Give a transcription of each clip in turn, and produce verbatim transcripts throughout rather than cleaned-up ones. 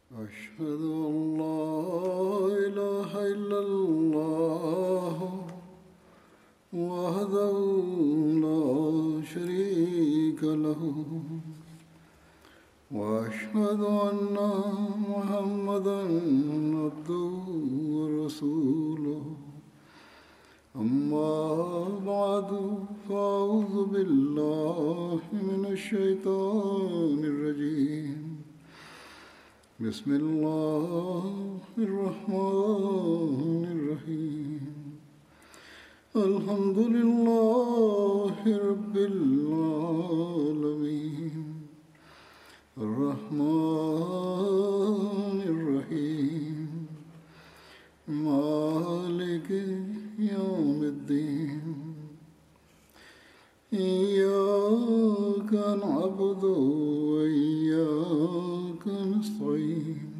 أشهد أن لا إله إلا الله وحده لا شريك له وأشهد أن محمدا عبده ورسوله أما بعد فأعوذ بالله من الشيطان الرجيم بسم الله الرحمن الرحيم الحمد لله رب العالمين الرحمن الرحيم مالك يوم الدين إياك نعبد وإياك نستعين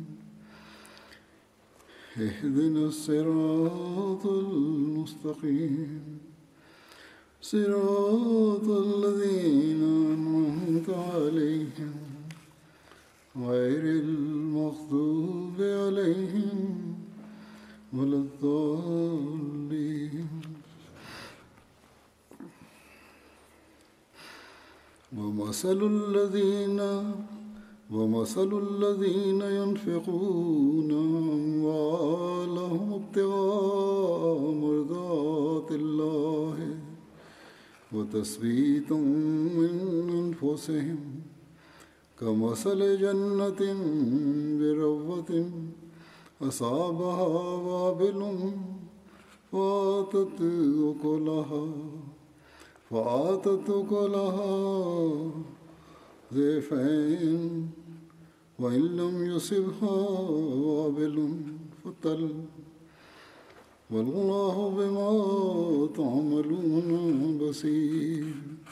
اهدنا الصراط المستقيم صراط الذين أنعمت عليهم غير المغضوب عليهم ولا الضالين ومثل الذين ومثل الذين ينفقون أموالهم ابتغاء مرضات الله وتثبيتا من أنفسهم كمثل جنة بربوة أصابها وابل فآتت أكلها فآتت أكلها ضعفين وإن لم يصبها وابل فطل والله بما تعملون بصير.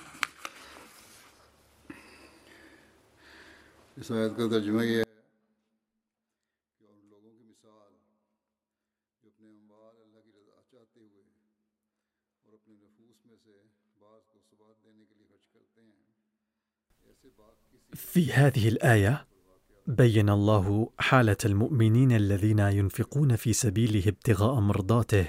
इस आयत का तर्जुमा ये है कि उन लोगों की मिसाल जो अपने अम्वाल अल्लाह की रज़ा चाहते हुए और अपने नफूस में से बाज़ को सुबात देने के लिए खर्च करते हैं ऐसे बाग की في هذه الآية بين الله حالة المؤمنين الذين ينفقون في سبيله ابتغاء مرضاته.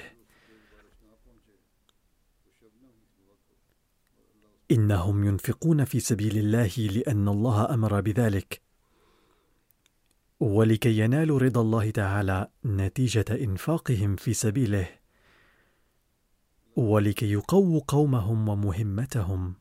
إنهم ينفقون في سبيل الله لأن الله أمر بذلك، ولكي ينالوا رضا الله تعالى نتيجة إنفاقهم في سبيله، ولكي يقووا قومهم ومهمتهم.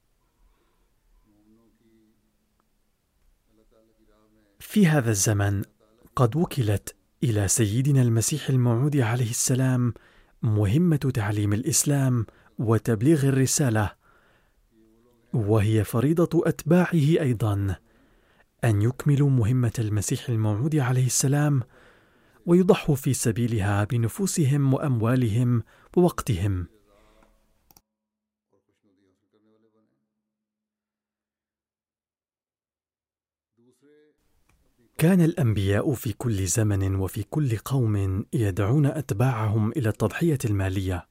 في هذا الزمن قد وكلت إلى سيدنا المسيح الموعود عليه السلام مهمة تعليم الإسلام وتبليغ الرسالة، وهي فريضة أتباعه أيضا أن يكملوا مهمة المسيح الموعود عليه السلام ويضحوا في سبيلها بنفوسهم وأموالهم ووقتهم. كان الأنبياء في كل زمن وفي كل قوم يدعون أتباعهم إلى التضحية المالية.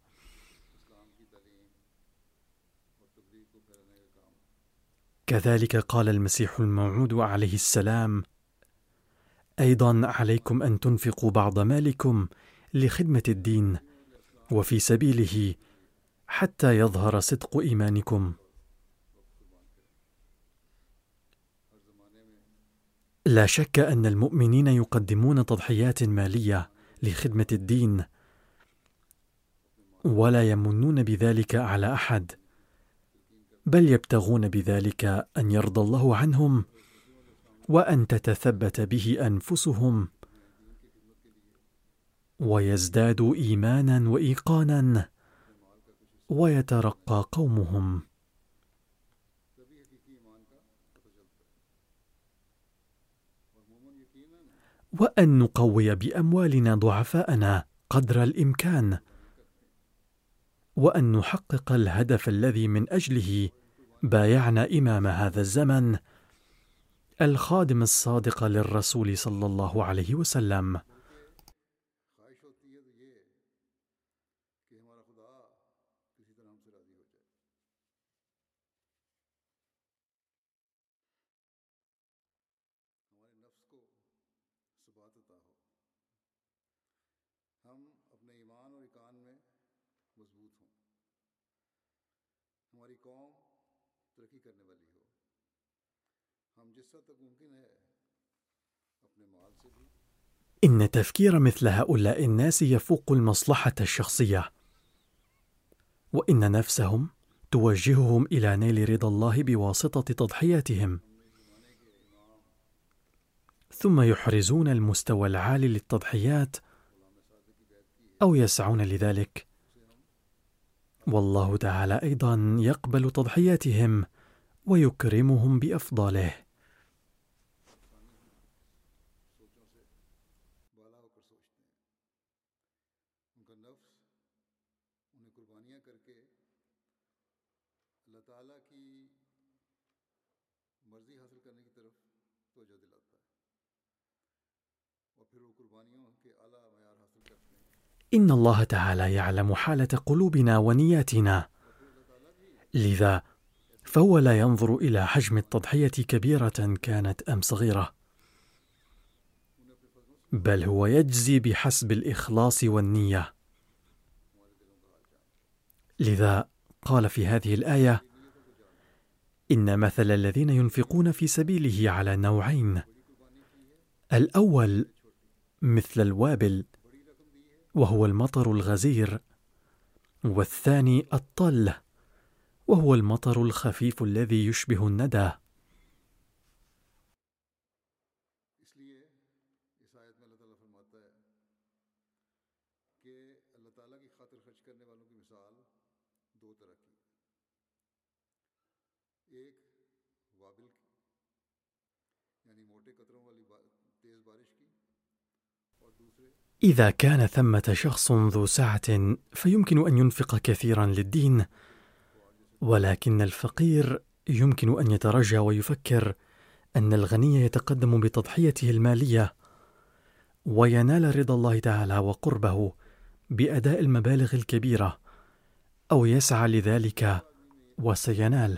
كذلك قال المسيح الموعود عليه السلام أيضا عليكم أن تنفقوا بعض مالكم لخدمة الدين وفي سبيله حتى يظهر صدق إيمانكم. لا شك أن المؤمنين يقدمون تضحيات مالية لخدمة الدين، ولا يمنون بذلك على أحد، بل يبتغون بذلك أن يرضى الله عنهم وأن تتثبت به أنفسهم ويزدادوا إيمانا وإيقانا ويترقى قومهم. وأن نقوي بأموالنا ضعفاءنا قدر الإمكان، وأن نحقق الهدف الذي من أجله بايعنا إمام هذا الزمن الخادم الصادق للرسول صلى الله عليه وسلم. सबात अता हो, हम अपने ईमान और इकान में मजबूत हों, हमारी कौम तरक्की करने वाली हो, हम जिस हद तक मुमकिन है अपने माल से भी. إن تفكير مثل هؤلاء الناس يفوق المصلحة الشخصية، وإن نفسهم توجههم إلى نيل رضا الله بواسطة تضحياتهم، ثم يحرزون المستوى العالي للتضحيات أو يسعون لذلك، والله تعالى أيضا يقبل تضحياتهم ويكرمهم بأفضاله. إن الله تعالى يعلم حالة قلوبنا ونياتنا، لذا فهو لا ينظر إلى حجم التضحية كبيرة كانت أم صغيرة، بل هو يجزي بحسب الإخلاص والنية. لذا قال في هذه الآية: إن مثل الذين ينفقون في سبيله على نوعين، الأول مثل الوابل وهو المطر الغزير، والثاني الطل وهو المطر الخفيف الذي يشبه الندى. إذا كان ثمة شخص ذو سعة فيمكن أن ينفق كثيرا للدين، ولكن الفقير يمكن أن يترجى ويفكر أن الغني يتقدم بتضحيته المالية وينال رضا الله تعالى وقربه بأداء المبالغ الكبيرة، أو يسعى لذلك وسينال.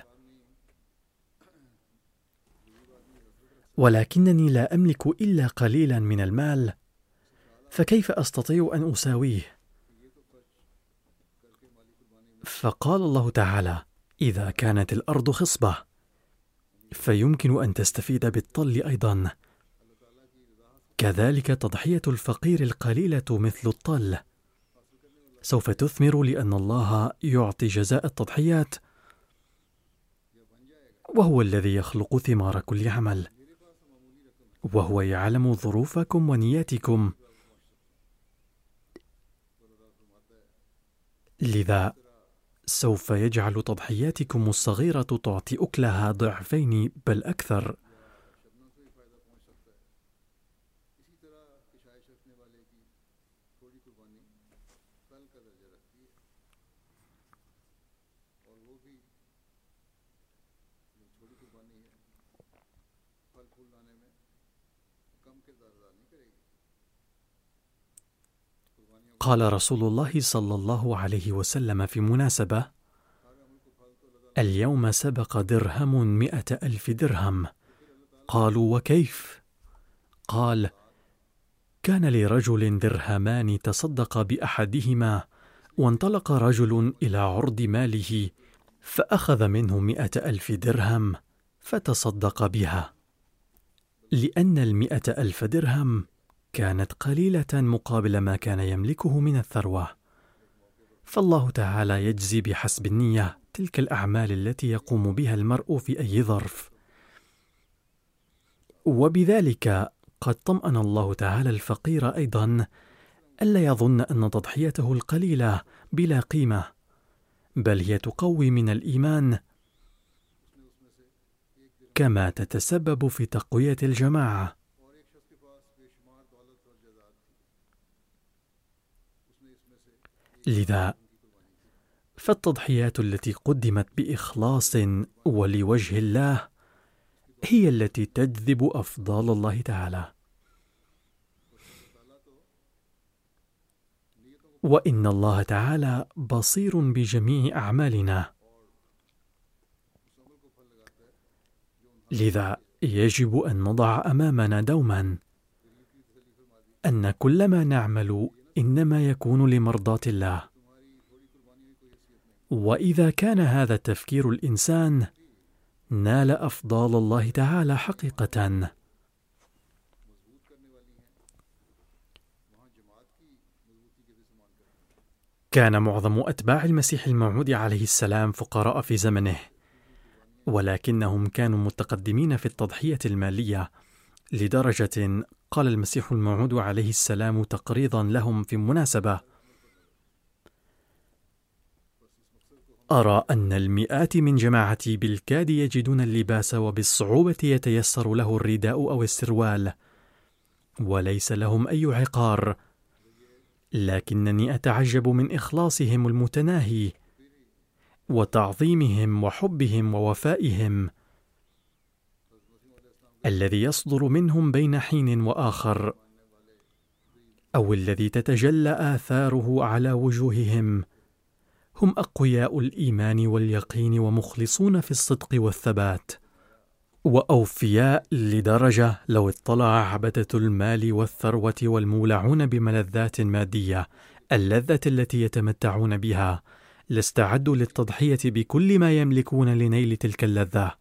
ولكنني لا أملك إلا قليلا من المال، فكيف أستطيع أن أساويه؟ فقال الله تعالى: إذا كانت الأرض خصبة فيمكن أن تستفيد بالطل أيضا، كذلك تضحية الفقير القليلة مثل الطل سوف تثمر، لأن الله يعطي جزاء التضحيات، وهو الذي يخلق ثمار كل عمل، وهو يعلم ظروفكم ونياتكم. لذا سوف يجعل تضحياتكم الصغيرة تعطي أكلها ضعفين بل أكثر. قال رسول الله صلى الله عليه وسلم في مناسبة: اليوم سبق درهم مئة ألف درهم. قالوا: وكيف؟ قال: كان لرجل درهمان تصدق بأحدهما، وانطلق رجل إلى عرض ماله فأخذ منه مئة ألف درهم فتصدق بها، لأن المئة ألف درهم كانت قليلة مقابل ما كان يملكه من الثروة. فالله تعالى يجزي بحسب النية تلك الأعمال التي يقوم بها المرء في أي ظرف، وبذلك قد طمأن الله تعالى الفقير أيضا ألا يظن أن تضحيته القليلة بلا قيمة، بل هي تقوي من الإيمان، كما تتسبب في تقوية الجماعة. لذا فالتضحيات التي قدمت بإخلاص ولوجه الله هي التي تجذب أفضال الله تعالى. وإن الله تعالى بصير بجميع أعمالنا، لذا يجب أن نضع أمامنا دوما أن كل ما نعمل إنما يكون لمرضاة الله، وإذا كان هذا تفكير الإنسان نال أفضال الله تعالى حقيقة. كان معظم أتباع المسيح الموعود عليه السلام فقراء في زمنه، ولكنهم كانوا متقدمين في التضحية المالية لدرجة قال المسيح الموعود عليه السلام تقريضا لهم في مناسبة: أرى أن المئات من جماعتي بالكاد يجدون اللباس وبالصعوبة يتيسر له الرداء أو السروال، وليس لهم أي عقار، لكنني أتعجب من إخلاصهم المتناهي وتعظيمهم وحبهم ووفائهم الذي يصدر منهم بين حين وآخر، أو الذي تتجلى آثاره على وجوههم. هم أقوياء الإيمان واليقين ومخلصون في الصدق والثبات، وأوفياء لدرجة لو اطلع عبدة المال والثروة والمولعون بملذات مادية اللذة التي يتمتعون بها لاستعدوا للتضحية بكل ما يملكون لنيل تلك اللذة.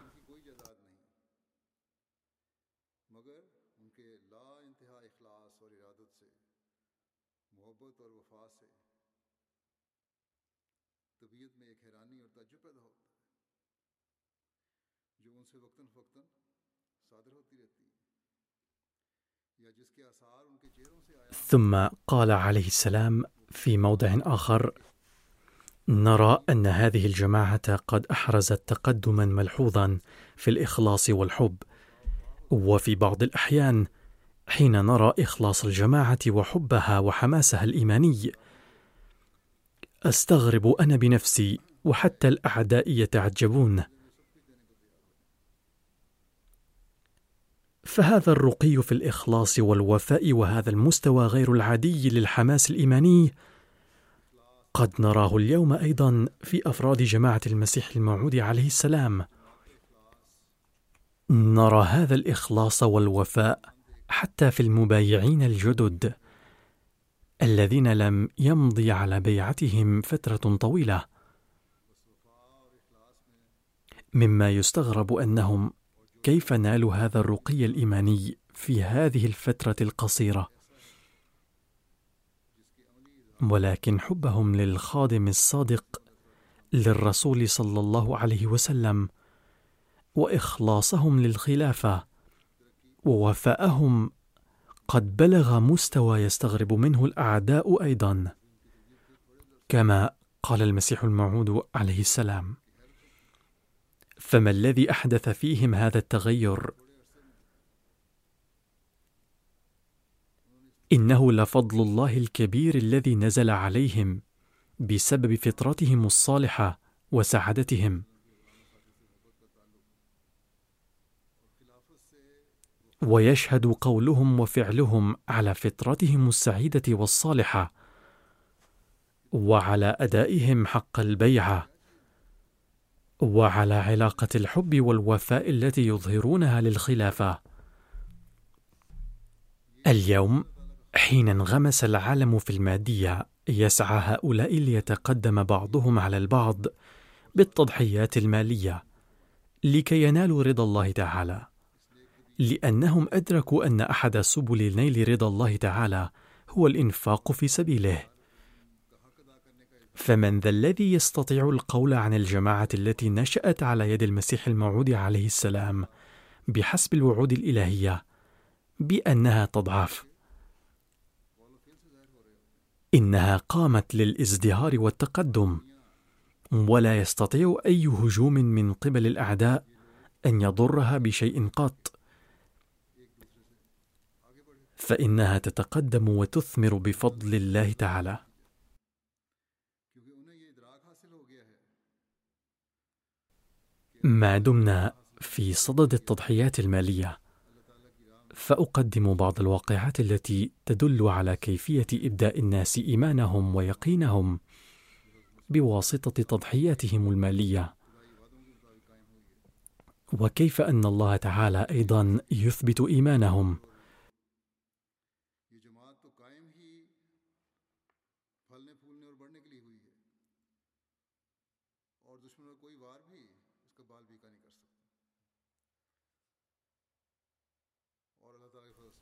ثم قال عليه السلام في موضع آخر: نرى أن هذه الجماعة قد أحرزت تقدما ملحوظا في الإخلاص والحب، وفي بعض الأحيان حين نرى إخلاص الجماعة وحبها وحماسها الإيماني أستغرب أنا بنفسي وحتى الأعداء يتعجبون. فهذا الرقي في الإخلاص والوفاء وهذا المستوى غير العادي للحماس الإيماني قد نراه اليوم أيضا في أفراد جماعة المسيح الموعود عليه السلام. نرى هذا الإخلاص والوفاء حتى في المبايعين الجدد الذين لم يمضي على بيعتهم فترة طويلة، مما يستغرب أنهم كيف نالوا هذا الرقي الإيماني في هذه الفترة القصيرة، ولكن حبهم للخادم الصادق للرسول صلى الله عليه وسلم وإخلاصهم للخلافة ووفاءهم قد بلغ مستوى يستغرب منه الأعداء أيضا، كما قال المسيح الموعود عليه السلام: فما الذي أحدث فيهم هذا التغير؟ إنه لفضل الله الكبير الذي نزل عليهم بسبب فطرتهم الصالحة وسعادتهم. ويشهد قولهم وفعلهم على فطرتهم السعيدة والصالحة وعلى أدائهم حق البيعة وعلى علاقة الحب والوفاء التي يظهرونها للخلافة. اليوم حين انغمس العالم في المادية يسعى هؤلاء ليتقدم بعضهم على البعض بالتضحيات المالية لكي ينالوا رضا الله تعالى، لأنهم أدركوا أن أحد سبل نيل رضا الله تعالى هو الإنفاق في سبيله. فمن ذا الذي يستطيع القول عن الجماعة التي نشأت على يد المسيح الموعود عليه السلام بحسب الوعود الإلهية بأنها تضعف؟ إنها قامت للازدهار والتقدم، ولا يستطيع أي هجوم من قبل الأعداء أن يضرها بشيء قط، فإنها تتقدم وتثمر بفضل الله تعالى. ما دمنا في صدد التضحيات المالية، فأقدم بعض الواقعات التي تدل على كيفية إبداء الناس إيمانهم ويقينهم بواسطة تضحياتهم المالية، وكيف أن الله تعالى أيضا يثبت إيمانهم.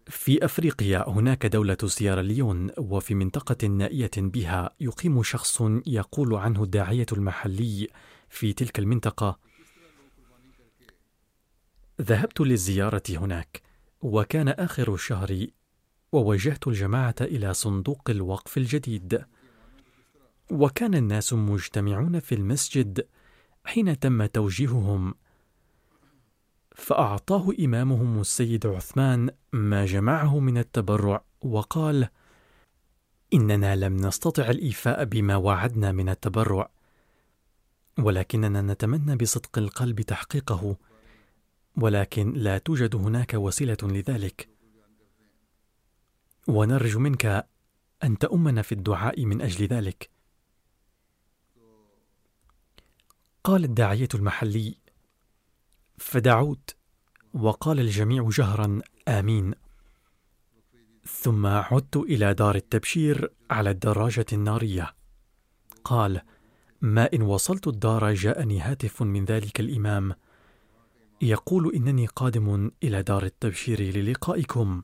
في أفريقيا هناك دولة سيراليون، وفي منطقة نائية بها يقيم شخص يقول عنه الداعية المحلي في تلك المنطقة: ذهبت للزيارة هناك، وكان آخر الشهر، ووجهت الجماعة إلى صندوق الوقف الجديد، وكان الناس مجتمعون في المسجد حين تم توجيههم، فأعطاه إمامهم السيد عثمان ما جمعه من التبرع، وقال: إننا لم نستطع الإيفاء بما وعدنا من التبرع، ولكننا نتمنى بصدق القلب تحقيقه، ولكن لا توجد هناك وسيلة لذلك، ونرجو منك أن تؤمنا في الدعاء من أجل ذلك. قال الداعية المحلي: فدعوت، وقال الجميع جهرا: آمين. ثم عدت إلى دار التبشير على الدراجة النارية. قال: ما إن وصلت الدار جاءني هاتف من ذلك الإمام يقول إنني قادم إلى دار التبشير للقائكم،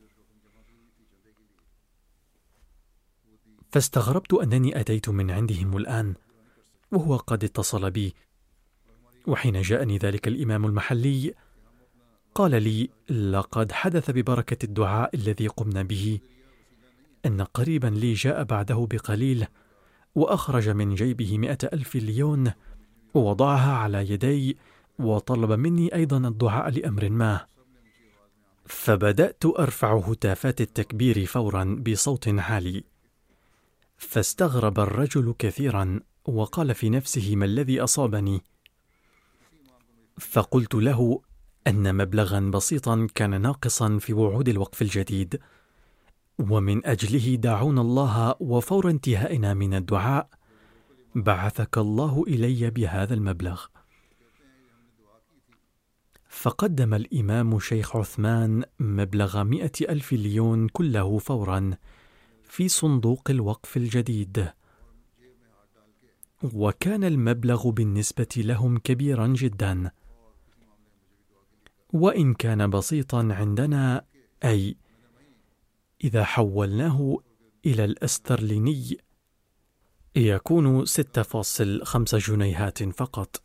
فاستغربت أنني أتيت من عندهم الآن وهو قد اتصل بي. وحين جاءني ذلك الإمام المحلي قال لي: لقد حدث ببركة الدعاء الذي قمنا به أن قريبا لي جاء بعده بقليل وأخرج من جيبه مئة ألف ليون ووضعها على يدي، وطلب مني أيضا الدعاء لأمر ما. فبدأت أرفع هتافات التكبير فورا بصوت عالي، فاستغرب الرجل كثيرا وقال في نفسه: ما الذي أصابني؟ فقلت له أن مبلغا بسيطا كان ناقصا في وعود الوقف الجديد، ومن أجله دعونا الله، وفور انتهائنا من الدعاء بعثك الله إلي بهذا المبلغ. فقدم الإمام شيخ عثمان مبلغ مئة ألف ليون كله فورا في صندوق الوقف الجديد، وكان المبلغ بالنسبة لهم كبيرا جدا، وإن كان بسيطا عندنا، أي إذا حولناه إلى الاسترليني يكون ستة فاصلة خمسة جنيهات فقط.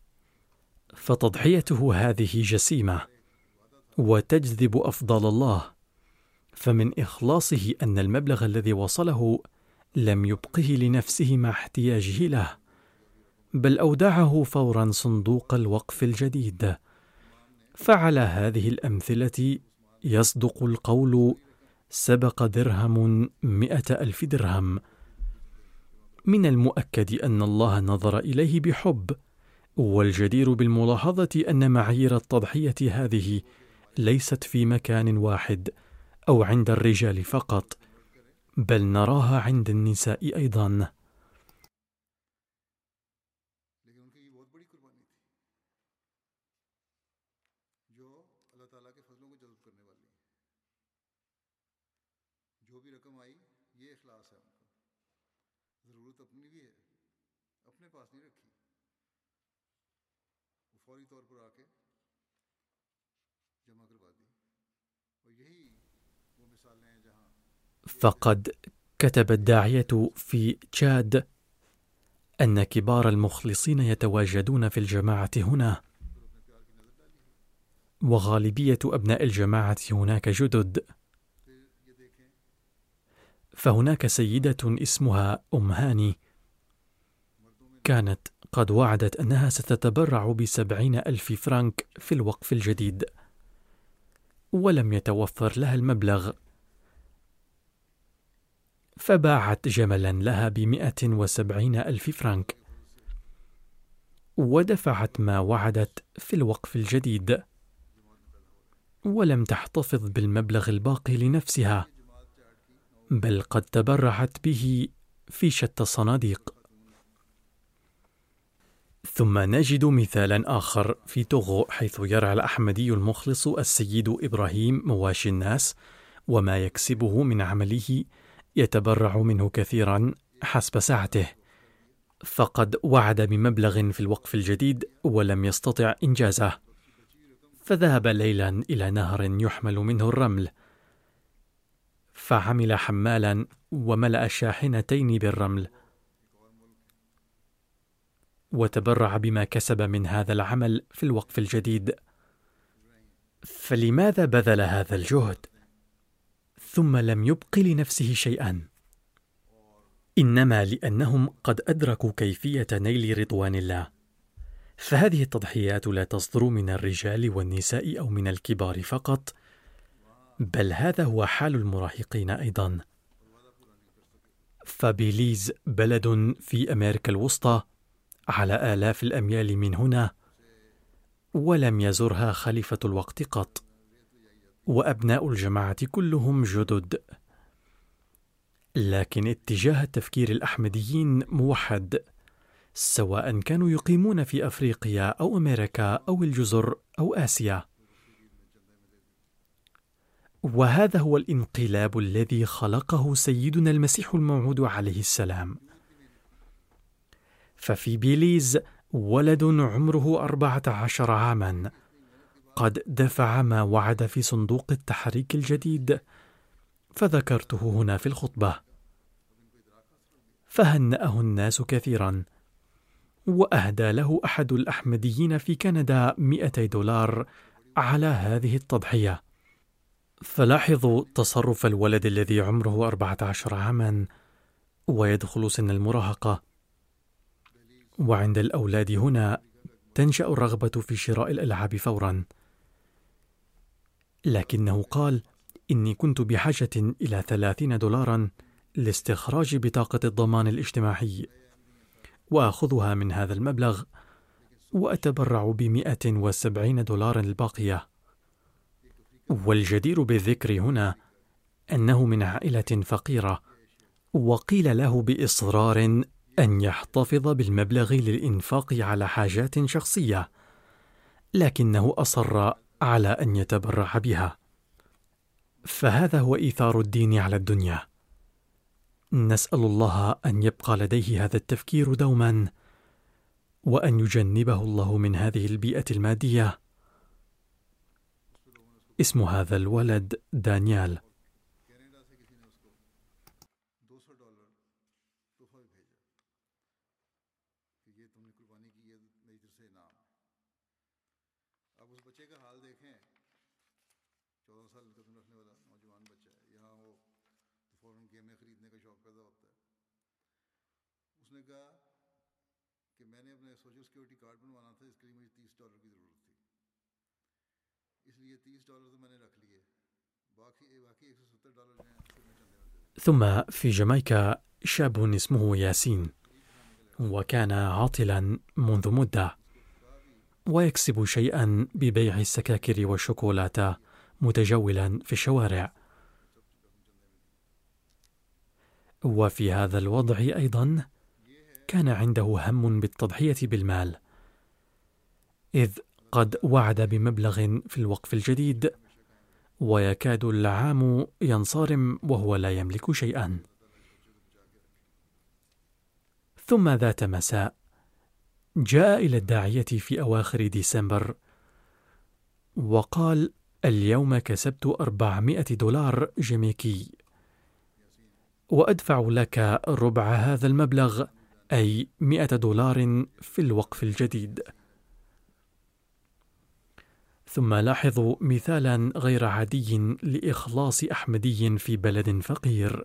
فتضحيته هذه جسيمة وتجذب أفضل الله، فمن إخلاصه أن المبلغ الذي وصله لم يبقه لنفسه مع احتياجه له، بل أودعه فورا صندوق الوقف الجديد. فعلى هذه الأمثلة يصدق القول: سبق درهم مئة ألف درهم. من المؤكد أن الله نظر إليه بحب، والجدير بالملاحظة أن معايير التضحية هذه ليست في مكان واحد أو عند الرجال فقط، بل نراها عند النساء أيضا. فقد كتب الداعية في تشاد أن كبار المخلصين يتواجدون في الجماعة هنا، وغالبية أبناء الجماعة هناك جدد. فهناك سيدة اسمها أم هاني كانت قد وعدت أنها ستتبرع بسبعين ألف فرنك في الوقف الجديد، ولم يتوفر لها المبلغ، فباعت جملا لها بمئة وسبعين ألف فرنك، ودفعت ما وعدت في الوقف الجديد، ولم تحتفظ بالمبلغ الباقي لنفسها، بل قد تبرعت به في شتى الصناديق. ثم نجد مثالا آخر في توغو، حيث يرعى الأحمدي المخلص السيد إبراهيم مواشي الناس، وما يكسبه من عمله يتبرع منه كثيرا حسب سعته، فقد وعد بمبلغ في الوقف الجديد ولم يستطع إنجازه، فذهب ليلا إلى نهر يحمل منه الرمل، فعمل حمالا وملأ شاحنتين بالرمل، وتبرع بما كسب من هذا العمل في الوقف الجديد. فلماذا بذل هذا الجهد ثم لم يبق لنفسه شيئا؟ إنما لأنهم قد أدركوا كيفية نيل رضوان الله. فهذه التضحيات لا تصدر من الرجال والنساء أو من الكبار فقط، بل هذا هو حال المراهقين أيضا. فبيليز بلد في أمريكا الوسطى على آلاف الأميال من هنا، ولم يزرها خليفة الوقت قط، وأبناء الجماعة كلهم جدد. لكن اتجاه التفكير الأحمديين موحد، سواء كانوا يقيمون في أفريقيا أو أمريكا أو الجزر أو آسيا. وهذا هو الانقلاب الذي خلقه سيدنا المسيح الموعود عليه السلام. ففي بيليز ولد عمره أربعة عشر عاما قد دفع ما وعد في صندوق التحريك الجديد، فذكرته هنا في الخطبة. فهنأه الناس كثيرا، وأهدى له أحد الأحمديين في كندا مئتي دولار على هذه التضحية. فلاحظوا تصرف الولد الذي عمره أربعة عشر عاما ويدخل سن المراهقة. وعند الأولاد هنا تنشأ الرغبة في شراء الألعاب فورا، لكنه قال: إني كنت بحاجة إلى ثلاثين دولارا لاستخراج بطاقة الضمان الاجتماعي، وأخذها من هذا المبلغ وأتبرع بمئة وسبعين دولار الباقية. والجدير بالذكر هنا أنه من عائلة فقيرة، وقيل له بإصرار أن يحتفظ بالمبلغ للإنفاق على حاجات شخصية، لكنه أصر على أن يتبرع بها. فهذا هو إيثار الدين على الدنيا. نسأل الله أن يبقى لديه هذا التفكير دوما، وأن يجنبه الله من هذه البيئة المادية. اسم هذا الولد دانيال. ثم في جامايكا شاب اسمه ياسين، وكان عاطلا منذ مدة، ويكسب شيئا ببيع السكاكر والشوكولاتة متجولا في الشوارع. وفي هذا الوضع أيضا كان عنده هم بالتضحية بالمال، إذ قد وعد بمبلغ في الوقف الجديد، ويكاد العام ينصرم وهو لا يملك شيئا. ثم ذات مساء جاء إلى الداعية في أواخر ديسمبر وقال: اليوم كسبت أربعمائة دولار جامايكي، وأدفع لك ربع هذا المبلغ، أي مئة دولار في الوقف الجديد. ثم لاحظوا مثالا غير عادي لإخلاص أحمدي في بلد فقير،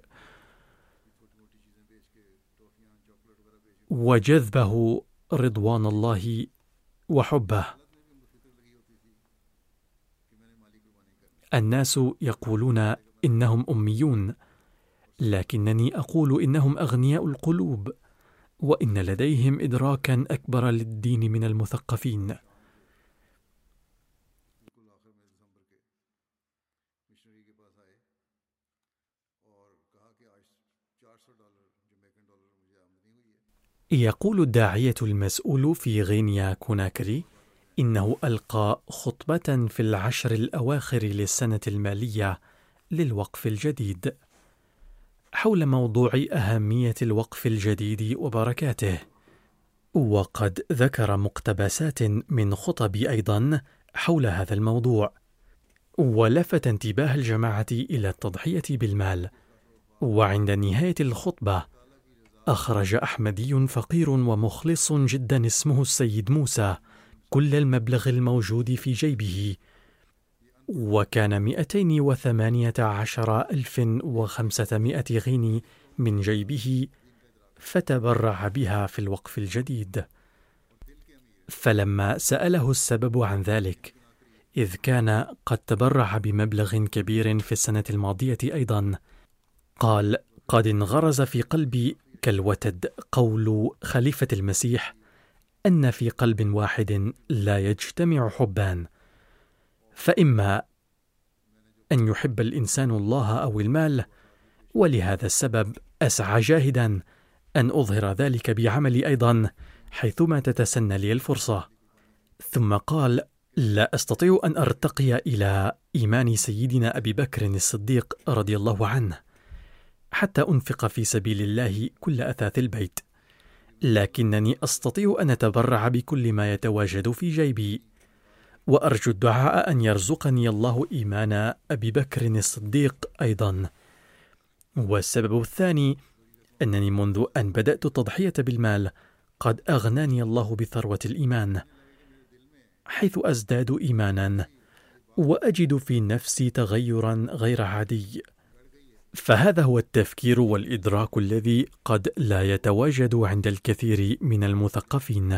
وجذبه رضوان الله وحبه. الناس يقولون إنهم أميون، لكنني أقول إنهم أغنياء القلوب، وإن لديهم إدراكا أكبر للدين من المثقفين. يقول الداعية المسؤول في غينيا كوناكري إنه ألقى خطبة في العشر الأواخر للسنة المالية للوقف الجديد حول موضوع أهمية الوقف الجديد وبركاته، وقد ذكر مقتبسات من خطبي أيضا حول هذا الموضوع. ولفت انتباه الجماعة إلى التضحية بالمال. وعند نهاية الخطبة أخرج أحمدي فقير ومخلص جدا اسمه السيد موسى كل المبلغ الموجود في جيبه، وكان مئتين وثمانية عشر ألف وخمسمائة غيني من جيبه، فتبرع بها في الوقف الجديد. فلما سأله السبب عن ذلك، إذ كان قد تبرع بمبلغ كبير في السنة الماضية أيضا، قال: قد انغرز في قلبي كالوتد قول خليفة المسيح أن في قلب واحد لا يجتمع حبان، فإما أن يحب الإنسان الله أو المال، ولهذا السبب أسعى جاهدا أن أظهر ذلك بعملي أيضا حيثما تتسنى لي الفرصة. ثم قال: لا أستطيع أن أرتقي إلى إيمان سيدنا أبي بكر الصديق رضي الله عنه حتى أنفق في سبيل الله كل أثاث البيت، لكنني أستطيع أن أتبرع بكل ما يتواجد في جيبي، وأرجو الدعاء أن يرزقني الله إيمان أبي بكر الصديق أيضا. والسبب الثاني أنني منذ أن بدأت التضحية بالمال قد أغناني الله بثروة الإيمان، حيث أزداد إيمانا وأجد في نفسي تغيرا غير عادي. فهذا هو التفكير والإدراك الذي قد لا يتواجد عند الكثير من المثقفين.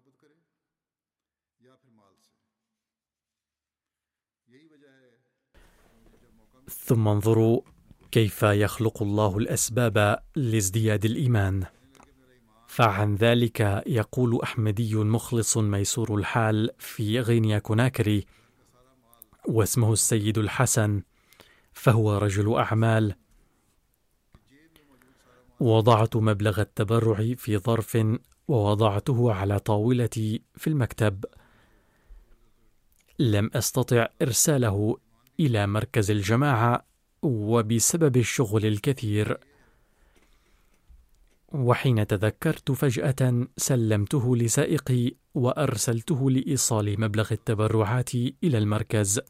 ثم انظروا كيف يخلق الله الأسباب لازدياد الإيمان. فعن ذلك يقول أحمدي مخلص ميسور الحال في غينيا كوناكري، واسمه السيد الحسن، فهو رجل أعمال: وضعت مبلغ التبرع في ظرف ووضعته على طاولتي في المكتب، لم أستطع إرساله إلى مركز الجماعة وبسبب الشغل الكثير، وحين تذكرت فجأة سلمته لسائقي وأرسلته لإيصال مبلغ التبرعات إلى المركز.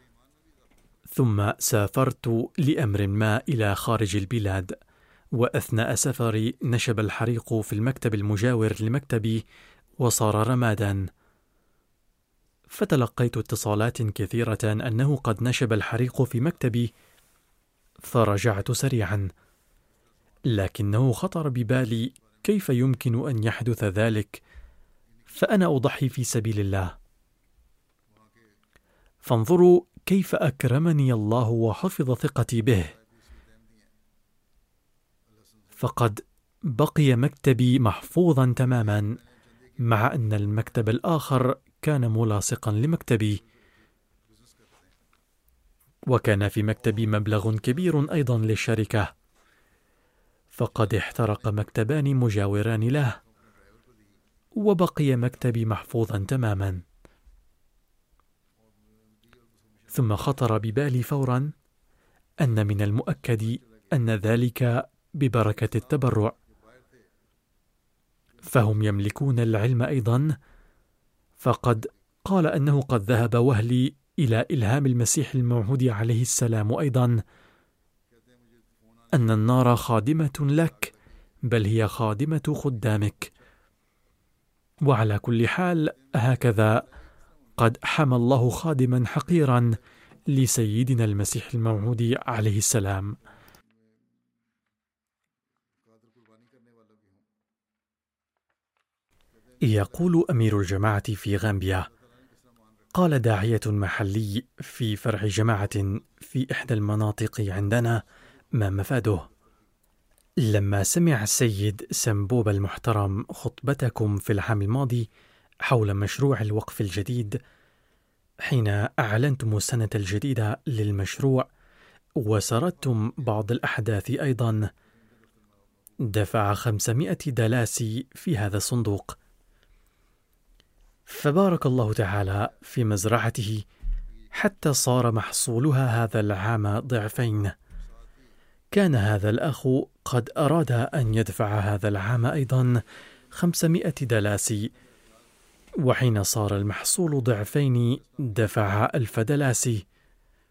ثم سافرت لأمر ما إلى خارج البلاد، وأثناء سفري نشب الحريق في المكتب المجاور لمكتبي وصار رمادا، فتلقيت اتصالات كثيرة أنه قد نشب الحريق في مكتبي، فرجعت سريعا، لكنه خطر ببالي كيف يمكن أن يحدث ذلك، فأنا أضحي في سبيل الله. فانظروا كيف أكرمني الله وحفظ ثقتي به، فقد بقي مكتبي محفوظا تماما، مع أن المكتب الآخر كان ملاصقا لمكتبي، وكان في مكتبي مبلغ كبير أيضا للشركة، فقد احترق مكتبان مجاوران له، وبقي مكتبي محفوظا تماما. ثم خطر ببالي فورا أن من المؤكد أن ذلك ببركة التبرع، فهم يملكون العلم أيضا، فقد قال أنه قد ذهب وهلي إلى إلهام المسيح الموعود عليه السلام أيضا أن النار خادمة لك، بل هي خادمة خدامك. وعلى كل حال هكذا قد حمى الله خادما حقيرا لسيدنا المسيح الموعود عليه السلام. يقول أمير الجماعة في غامبيا: قال داعية محلي في فرع جماعة في إحدى المناطق عندنا ما مفاده: لما سمع السيد سمبوب المحترم خطبتكم في العام الماضي حول مشروع الوقف الجديد، حين أعلنتم السنة الجديدة للمشروع وسردتم بعض الأحداث أيضا، دفع خمسمائة دلاسي في هذا الصندوق، فبارك الله تعالى في مزرعته حتى صار محصولها هذا العام ضعفين. كان هذا الأخ قد أراد أن يدفع هذا العام أيضا خمسمائة دلاسي، وحين صار المحصول ضعفين دفع ألف دلاسي،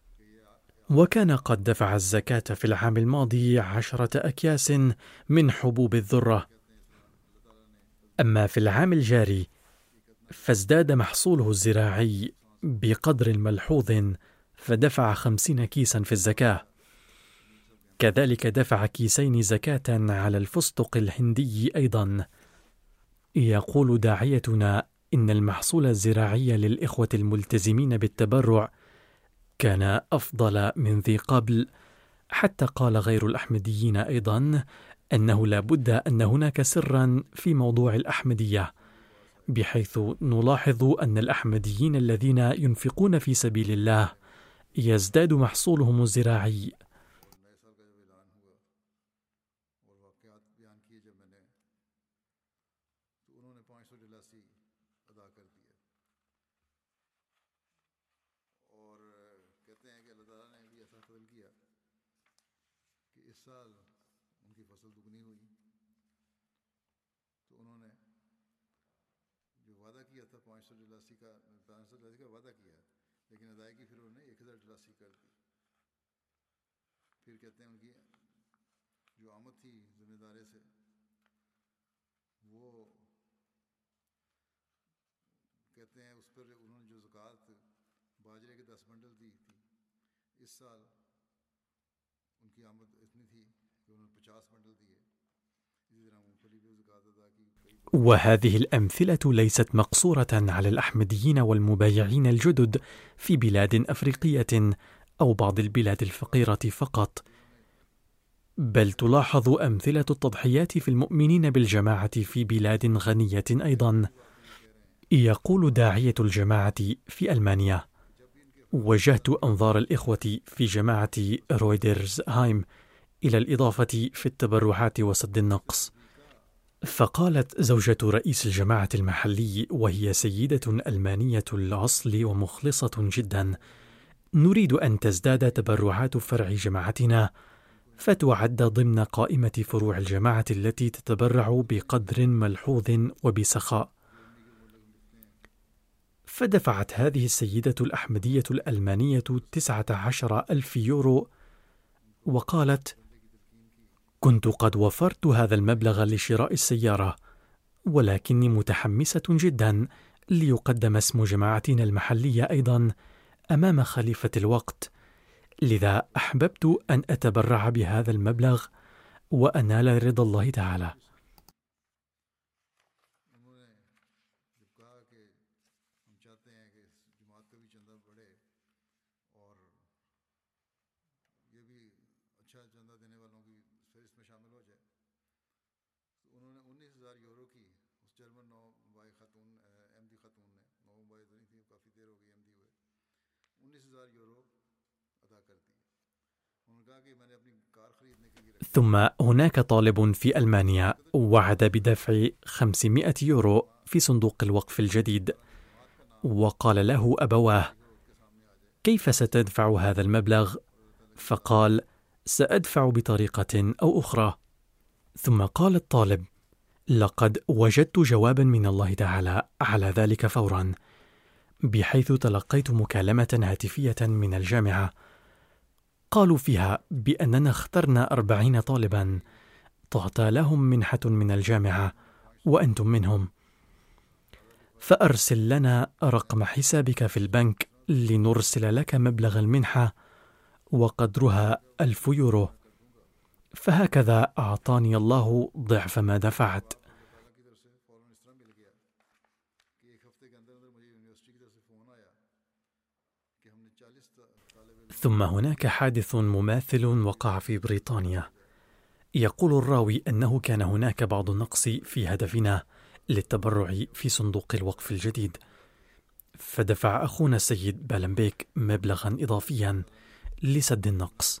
وكان قد دفع الزكاة في العام الماضي عشرة أكياس من حبوب الذرة. أما في العام الجاري فازداد محصوله الزراعي بقدر ملحوظ، فدفع خمسين كيسا في الزكاة. كذلك دفع كيسين زكاة على الفستق الهندي أيضا. يقول داعيتنا إن المحصول الزراعي للإخوة الملتزمين بالتبرع كان أفضل من ذي قبل، حتى قال غير الأحمديين أيضا أنه لا بد أن هناك سرا في موضوع الأحمدية، بحيث نلاحظ أن الأحمديين الذين ينفقون في سبيل الله يزداد محصولهم الزراعي. وهذه الأمثلة ليست مقصورة على الأحمديين والمبايعين الجدد في بلاد أفريقية أو بعض البلاد الفقيرة فقط، بل تلاحظ أمثلة التضحيات في المؤمنين بالجماعة في بلاد غنية أيضا. يقول داعية الجماعة في ألمانيا: وجهت أنظار الإخوة في جماعة رويدرز هايم إلى الإضافة في التبرعات وسد النقص، فقالت زوجة رئيس الجماعة المحلي وهي سيدة ألمانية الأصل ومخلصة جدا: نريد أن تزداد تبرعات فرع جماعتنا فتعد ضمن قائمة فروع الجماعة التي تتبرع بقدر ملحوظ وبسخاء. فدفعت هذه السيدة الأحمدية الألمانية تسعة عشر ألف يورو، وقالت: كنت قد وفرت هذا المبلغ لشراء السيارة، ولكني متحمسة جدا ليقدم اسم جماعتنا المحلية أيضا أمام خليفة الوقت، لذا أحببت أن أتبرع بهذا المبلغ وأنال رضا الله تعالى. ثم هناك طالب في ألمانيا وعد بدفع خمسمائة يورو في صندوق الوقف الجديد، وقال له أبواه: كيف ستدفع هذا المبلغ؟ فقال: سأدفع بطريقة أو أخرى. ثم قال الطالب: لقد وجدت جوابا من الله تعالى على ذلك فورا، بحيث تلقيت مكالمة هاتفية من الجامعة قالوا فيها بأننا اخترنا أربعين طالبا تعطى لهم منحة من الجامعة وأنتم منهم، فأرسل لنا رقم حسابك في البنك لنرسل لك مبلغ المنحة وقدرها ألف يورو. فهكذا أعطاني الله ضعف ما دفعت. ثم هناك حادث مماثل وقع في بريطانيا. يقول الراوي أنه كان هناك بعض النقص في هدفنا للتبرع في صندوق الوقف الجديد، فدفع أخونا السيد بالنبيك مبلغا إضافيا لسد النقص.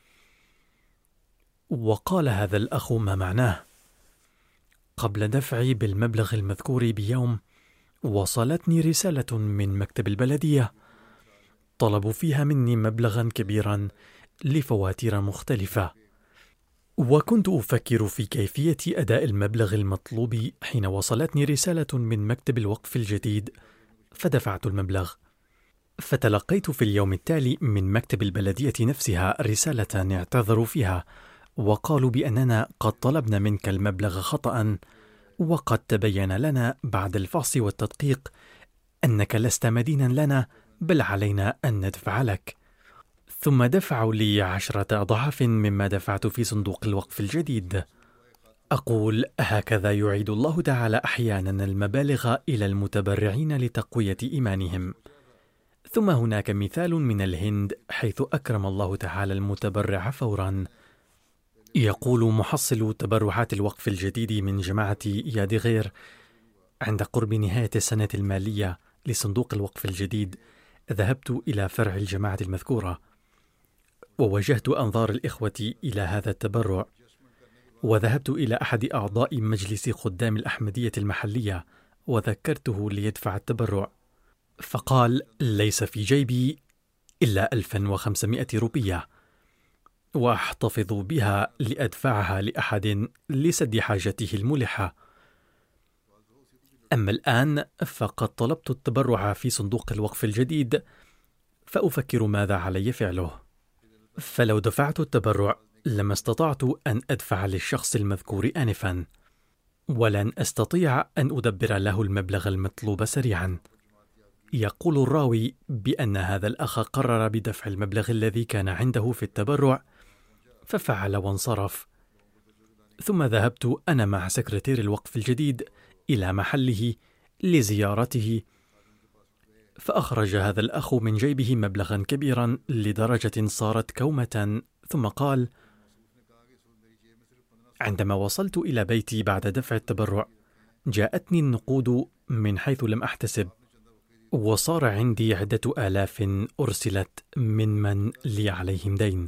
وقال هذا الأخ ما معناه: قبل دفعي بالمبلغ المذكور بيوم وصلتني رسالة من مكتب البلدية طلبوا فيها مني مبلغا كبيرا لفواتير مختلفة، وكنت أفكر في كيفية أداء المبلغ المطلوب حين وصلتني رسالة من مكتب الوقف الجديد، فدفعت المبلغ. فتلقيت في اليوم التالي من مكتب البلدية نفسها رسالة اعتذروا فيها، وقالوا بأننا قد طلبنا منك المبلغ خطأ، وقد تبين لنا بعد الفحص والتدقيق أنك لست مدينا لنا، بل علينا أن ندفع لك. ثم دفعوا لي عشرة أضعاف مما دفعت في صندوق الوقف الجديد. أقول هكذا يعيد الله تعالى أحيانا المبالغ إلى المتبرعين لتقوية إيمانهم. ثم هناك مثال من الهند حيث أكرم الله تعالى المتبرع فورا. يقول محصل تبرعات الوقف الجديد من جماعة يادغير: عند قرب نهاية السنة المالية لصندوق الوقف الجديد ذهبت إلى فرع الجماعة المذكورة، ووجهت أنظار الإخوة إلى هذا التبرع، وذهبت إلى أحد أعضاء مجلس خدام الأحمدية المحلية وذكرته ليدفع التبرع، فقال: ليس في جيبي إلا ألف وخمسمائة روبية، وأحتفظ بها لأدفعها لأحد لسد حاجته الملحة. أما الآن فقد طلبت التبرع في صندوق الوقف الجديد، فأفكر ماذا علي فعله. فلو دفعت التبرع لما استطعت أن أدفع للشخص المذكور آنفا، ولن أستطيع أن أدبر له المبلغ المطلوب سريعا. يقول الراوي بأن هذا الأخ قرر بدفع المبلغ الذي كان عنده في التبرع، ففعل وانصرف. ثم ذهبت أنا مع سكرتير الوقف الجديد إلى محله لزيارته، فأخرج هذا الأخ من جيبه مبلغا كبيرا لدرجة صارت كومة، ثم قال: عندما وصلت إلى بيتي بعد دفع التبرع جاءتني النقود من حيث لم أحتسب، وصار عندي عدة آلاف أرسلت من من لي عليهم دين،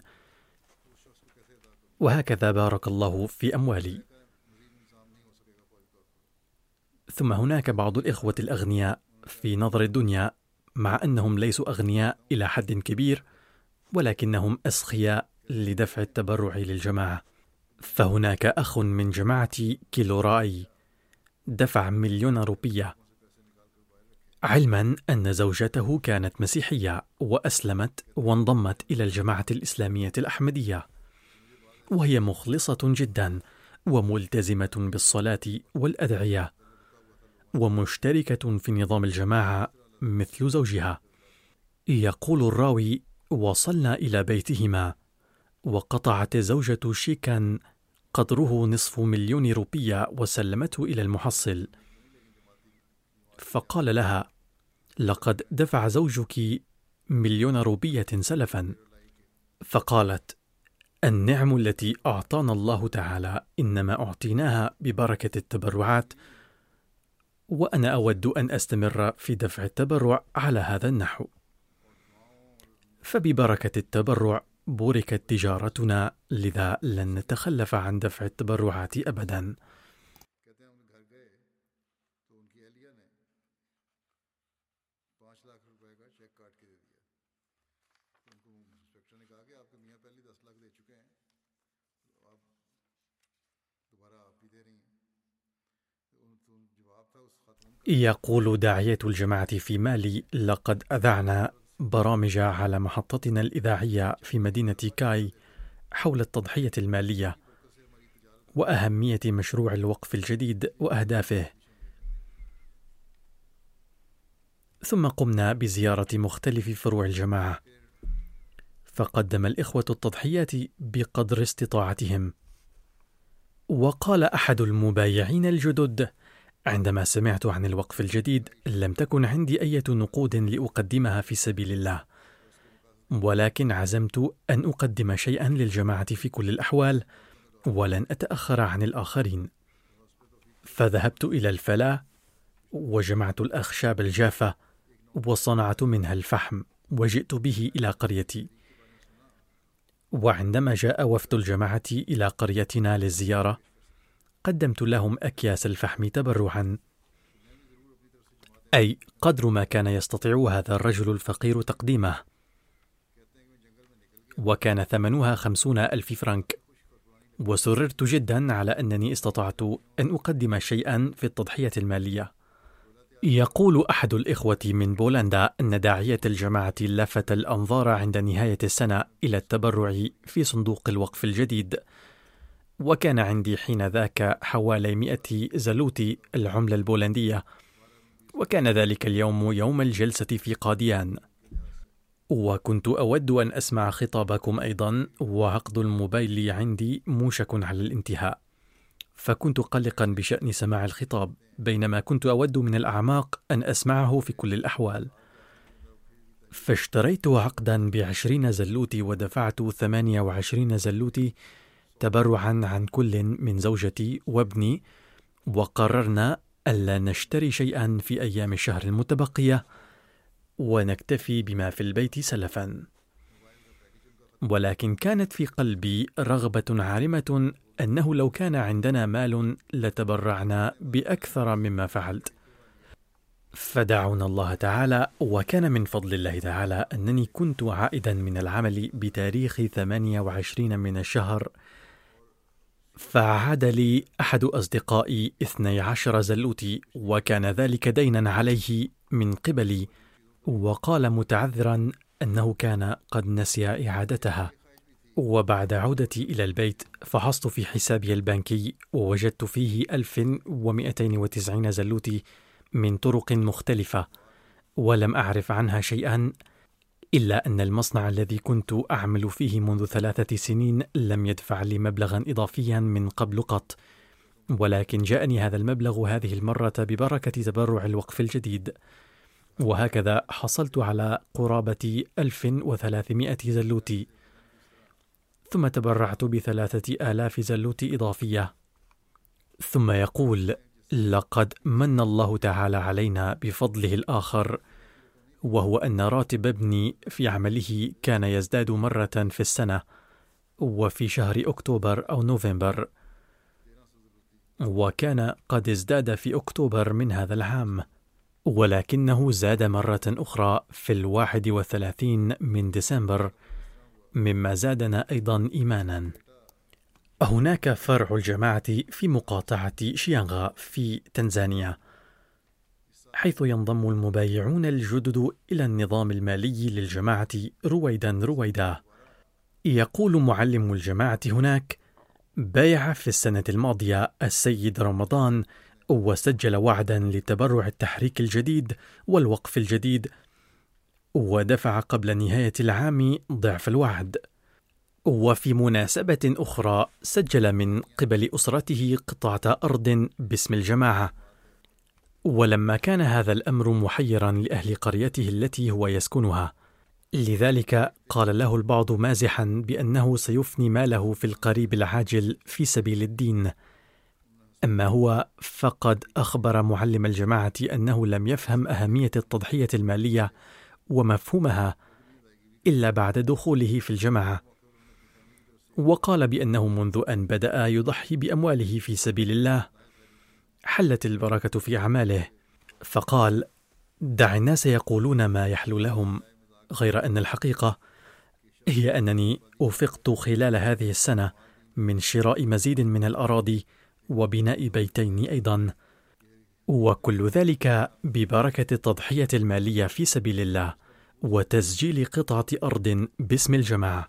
وهكذا بارك الله في أموالي. ثم هناك بعض الإخوة الأغنياء في نظر الدنيا، مع أنهم ليسوا أغنياء إلى حد كبير، ولكنهم أسخياء لدفع التبرع للجماعة. فهناك أخ من جماعة كيلوراي دفع مليون روبية، علما أن زوجته كانت مسيحية وأسلمت وانضمت إلى الجماعة الإسلامية الأحمدية، وهي مخلصة جدا وملتزمة بالصلاة والأدعية ومشتركة في نظام الجماعة مثل زوجها. يقول الراوي: وصلنا إلى بيتهما، وقطعت زوجة شيكا قدره نصف مليون روبية وسلمته إلى المحصل، فقال لها: لقد دفع زوجك مليون روبية سلفا. فقالت: النعم التي أعطانا الله تعالى إنما أعطيناها ببركة التبرعات، وأنا أود أن أستمر في دفع التبرع على هذا النحو. فببركة التبرع بوركت تجارتنا، لذا لن نتخلف عن دفع التبرعات أبدا. يقول داعية الجماعة في مالي: لقد أذعنا برامج على محطتنا الإذاعية في مدينة كاي حول التضحية المالية وأهمية مشروع الوقف الجديد وأهدافه، ثم قمنا بزيارة مختلف فروع الجماعة، فقدم الإخوة التضحيات بقدر استطاعتهم. وقال أحد المبايعين الجدد: عندما سمعت عن الوقف الجديد لم تكن عندي أي نقود لأقدمها في سبيل الله، ولكن عزمت أن أقدم شيئا للجماعة في كل الأحوال، ولن أتأخر عن الآخرين. فذهبت إلى الفلاة وجمعت الأخشاب الجافة وصنعت منها الفحم وجئت به إلى قريتي. وعندما جاء وفد الجماعة إلى قريتنا للزيارة قدمت لهم أكياس الفحم تبرعا، أي قدر ما كان يستطيع هذا الرجل الفقير تقديمه، وكان ثمنها خمسون ألف فرنك. وسررت جدا على أنني استطعت أن أقدم شيئا في التضحية المالية. يقول أحد الإخوة من بولندا أن داعية الجماعة لفت الأنظار عند نهاية السنة إلى التبرع في صندوق الوقف الجديد، وكان عندي حين ذاك حوالي مئة زلوتي العملة البولندية، وكان ذلك اليوم يوم الجلسة في قاديان، وكنت أود أن أسمع خطابكم أيضا، وعقد الموبايل عندي موشك على الانتهاء، فكنت قلقا بشأن سماع الخطاب، بينما كنت أود من الأعماق أن أسمعه في كل الأحوال. فاشتريت عقدا بعشرين زلوتي ودفعت ثمانية وعشرين زلوتي تبرعا عن كل من زوجتي وابني، وقررنا ألا نشتري شيئا في أيام الشهر المتبقية ونكتفي بما في البيت سلفا. ولكن كانت في قلبي رغبة عارمة أنه لو كان عندنا مال لتبرعنا بأكثر مما فعلت. فدعونا الله تعالى، وكان من فضل الله تعالى أنني كنت عائدا من العمل بتاريخ ثمانية وعشرين من الشهر، فعاد لي أحد أصدقائي اثني عشر زلوتي، وكان ذلك دينا عليه من قبلي، وقال متعذرا أنه كان قد نسي إعادتها. وبعد عودتي إلى البيت فحصت في حسابي البنكي ووجدت فيه ألف ومئتين وتسعين زلوتي من طرق مختلفة، ولم أعرف عنها شيئا، إلا أن المصنع الذي كنت أعمل فيه منذ ثلاثة سنين لم يدفع لي مبلغا إضافيا من قبل قط، ولكن جاءني هذا المبلغ هذه المرة ببركة تبرع الوقف الجديد، وهكذا حصلت على قرابة ألف وثلاثمائة زلوتي، ثم تبرعت بثلاثة آلاف زلوتي إضافية. ثم يقول: لقد من الله تعالى علينا بفضله الآخر، وهو أن راتب ابني في عمله كان يزداد مرة في السنة، وفي شهر أكتوبر أو نوفمبر، وكان قد ازداد في أكتوبر من هذا العام، ولكنه زاد مرة أخرى في الواحد والثلاثين من ديسمبر، مما زادنا أيضا إيمانا. هناك فرع الجماعة في مقاطعة شيانغا في تنزانيا، حيث ينضم المبايعون الجدد إلى النظام المالي للجماعة رويدا رويدا. يقول معلم الجماعة هناك: بايع في السنة الماضية السيد رمضان، وسجل وعدا لتبرع التحريك الجديد والوقف الجديد، ودفع قبل نهاية العام ضعف الوعد. وفي مناسبة أخرى سجل من قبل أسرته قطعة أرض باسم الجماعة، ولما كان هذا الأمر محيرا لأهل قريته التي هو يسكنها، لذلك قال له البعض مازحا بأنه سيفني ماله في القريب العاجل في سبيل الدين. أما هو فقد أخبر معلم الجماعة أنه لم يفهم أهمية التضحية المالية ومفهومها إلا بعد دخوله في الجماعة، وقال بأنه منذ أن بدأ يضحي بأمواله في سبيل الله حلت البركة في أعماله، فقال: دع الناس يقولون ما يحلو لهم، غير أن الحقيقة هي أنني أوفقت خلال هذه السنة من شراء مزيد من الأراضي وبناء بيتين أيضا، وكل ذلك ببركة التضحية المالية في سبيل الله وتسجيل قطعة أرض باسم الجماعة.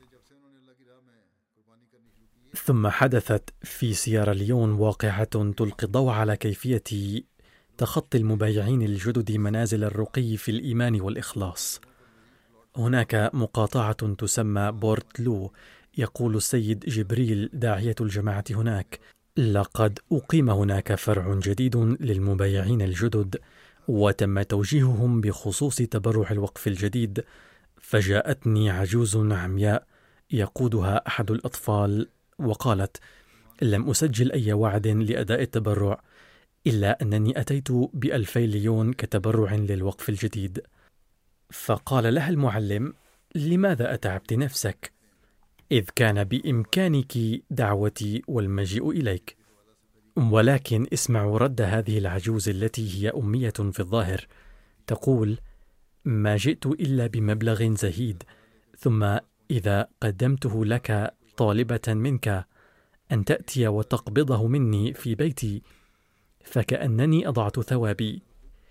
ثم حدثت في سيراليون واقعة تلقي الضوء على كيفية تخطي المبايعين الجدد منازل الرقي في الإيمان والإخلاص. هناك مقاطعة تسمى بورت لو. يقول السيد جبريل داعية الجماعة هناك: لقد أقيم هناك فرع جديد للمبايعين الجدد، وتم توجيههم بخصوص تبرع الوقف الجديد، فجاءتني عجوز عمياء يقودها أحد الأطفال وقالت: لم أسجل أي وعد لأداء التبرع، إلا أنني أتيت بألفي ليون كتبرع للوقف الجديد. فقال لها المعلم: لماذا أتعبت نفسك، إذ كان بإمكانك دعوتي والمجيء إليك؟ ولكن اسمعوا رد هذه العجوز التي هي أمية في الظاهر، تقول: ما جئت إلا بمبلغ زهيد، ثم إذا قدمته لك طالبة منك أن تأتي وتقبضه مني في بيتي، فكأنني أضعت ثوابي.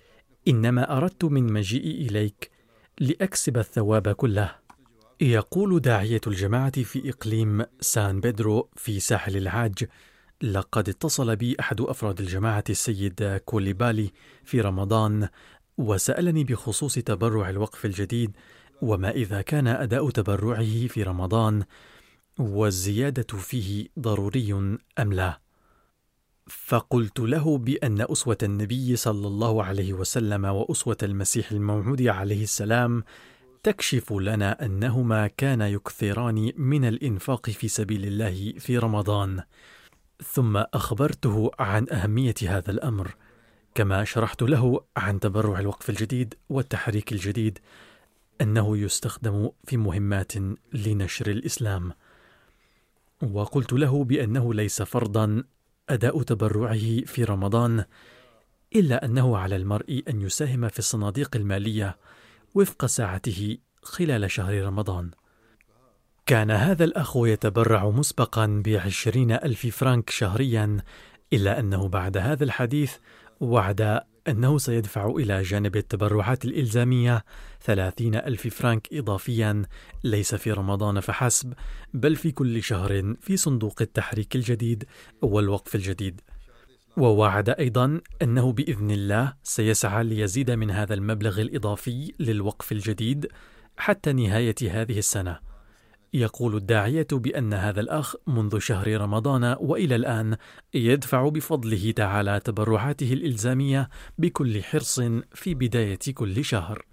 إنما أردت من مجيئي إليك لأكسب الثواب كله. يقول داعية الجماعة في إقليم سان بيدرو في ساحل العاج: لقد اتصل بي أحد أفراد الجماعة السيد كوليبالي في رمضان وسألني بخصوص تبرع الوقف الجديد، وما إذا كان أداء تبرعه في رمضان والزيادة فيه ضروري أم لا. فقلت له بأن أسوة النبي صلى الله عليه وسلم وأسوة المسيح الموعود عليه السلام تكشف لنا أنهما كانا يكثران من الإنفاق في سبيل الله في رمضان. ثم أخبرته عن أهمية هذا الأمر، كما شرحت له عن تبرع الوقف الجديد والتحريك الجديد أنه يستخدم في مهمات لنشر الإسلام. وقلت له بأنه ليس فرضا أداء تبرعه في رمضان، إلا أنه على المرء أن يساهم في الصناديق المالية وفق ساعته خلال شهر رمضان. كان هذا الأخ يتبرع مسبقا بعشرين ألف فرنك شهريا، إلا أنه بعد هذا الحديث وعد أنه سيدفع إلى جانب التبرعات الإلزامية ثلاثين ألف فرنك إضافيا، ليس في رمضان فحسب، بل في كل شهر في صندوق التحريك الجديد والوقف الجديد. ووعد أيضا أنه بإذن الله سيسعى ليزيد من هذا المبلغ الإضافي للوقف الجديد حتى نهاية هذه السنة. يقول الداعية بأن هذا الأخ منذ شهر رمضان وإلى الآن يدفع بفضله تعالى تبرعاته الإلزامية بكل حرص في بداية كل شهر.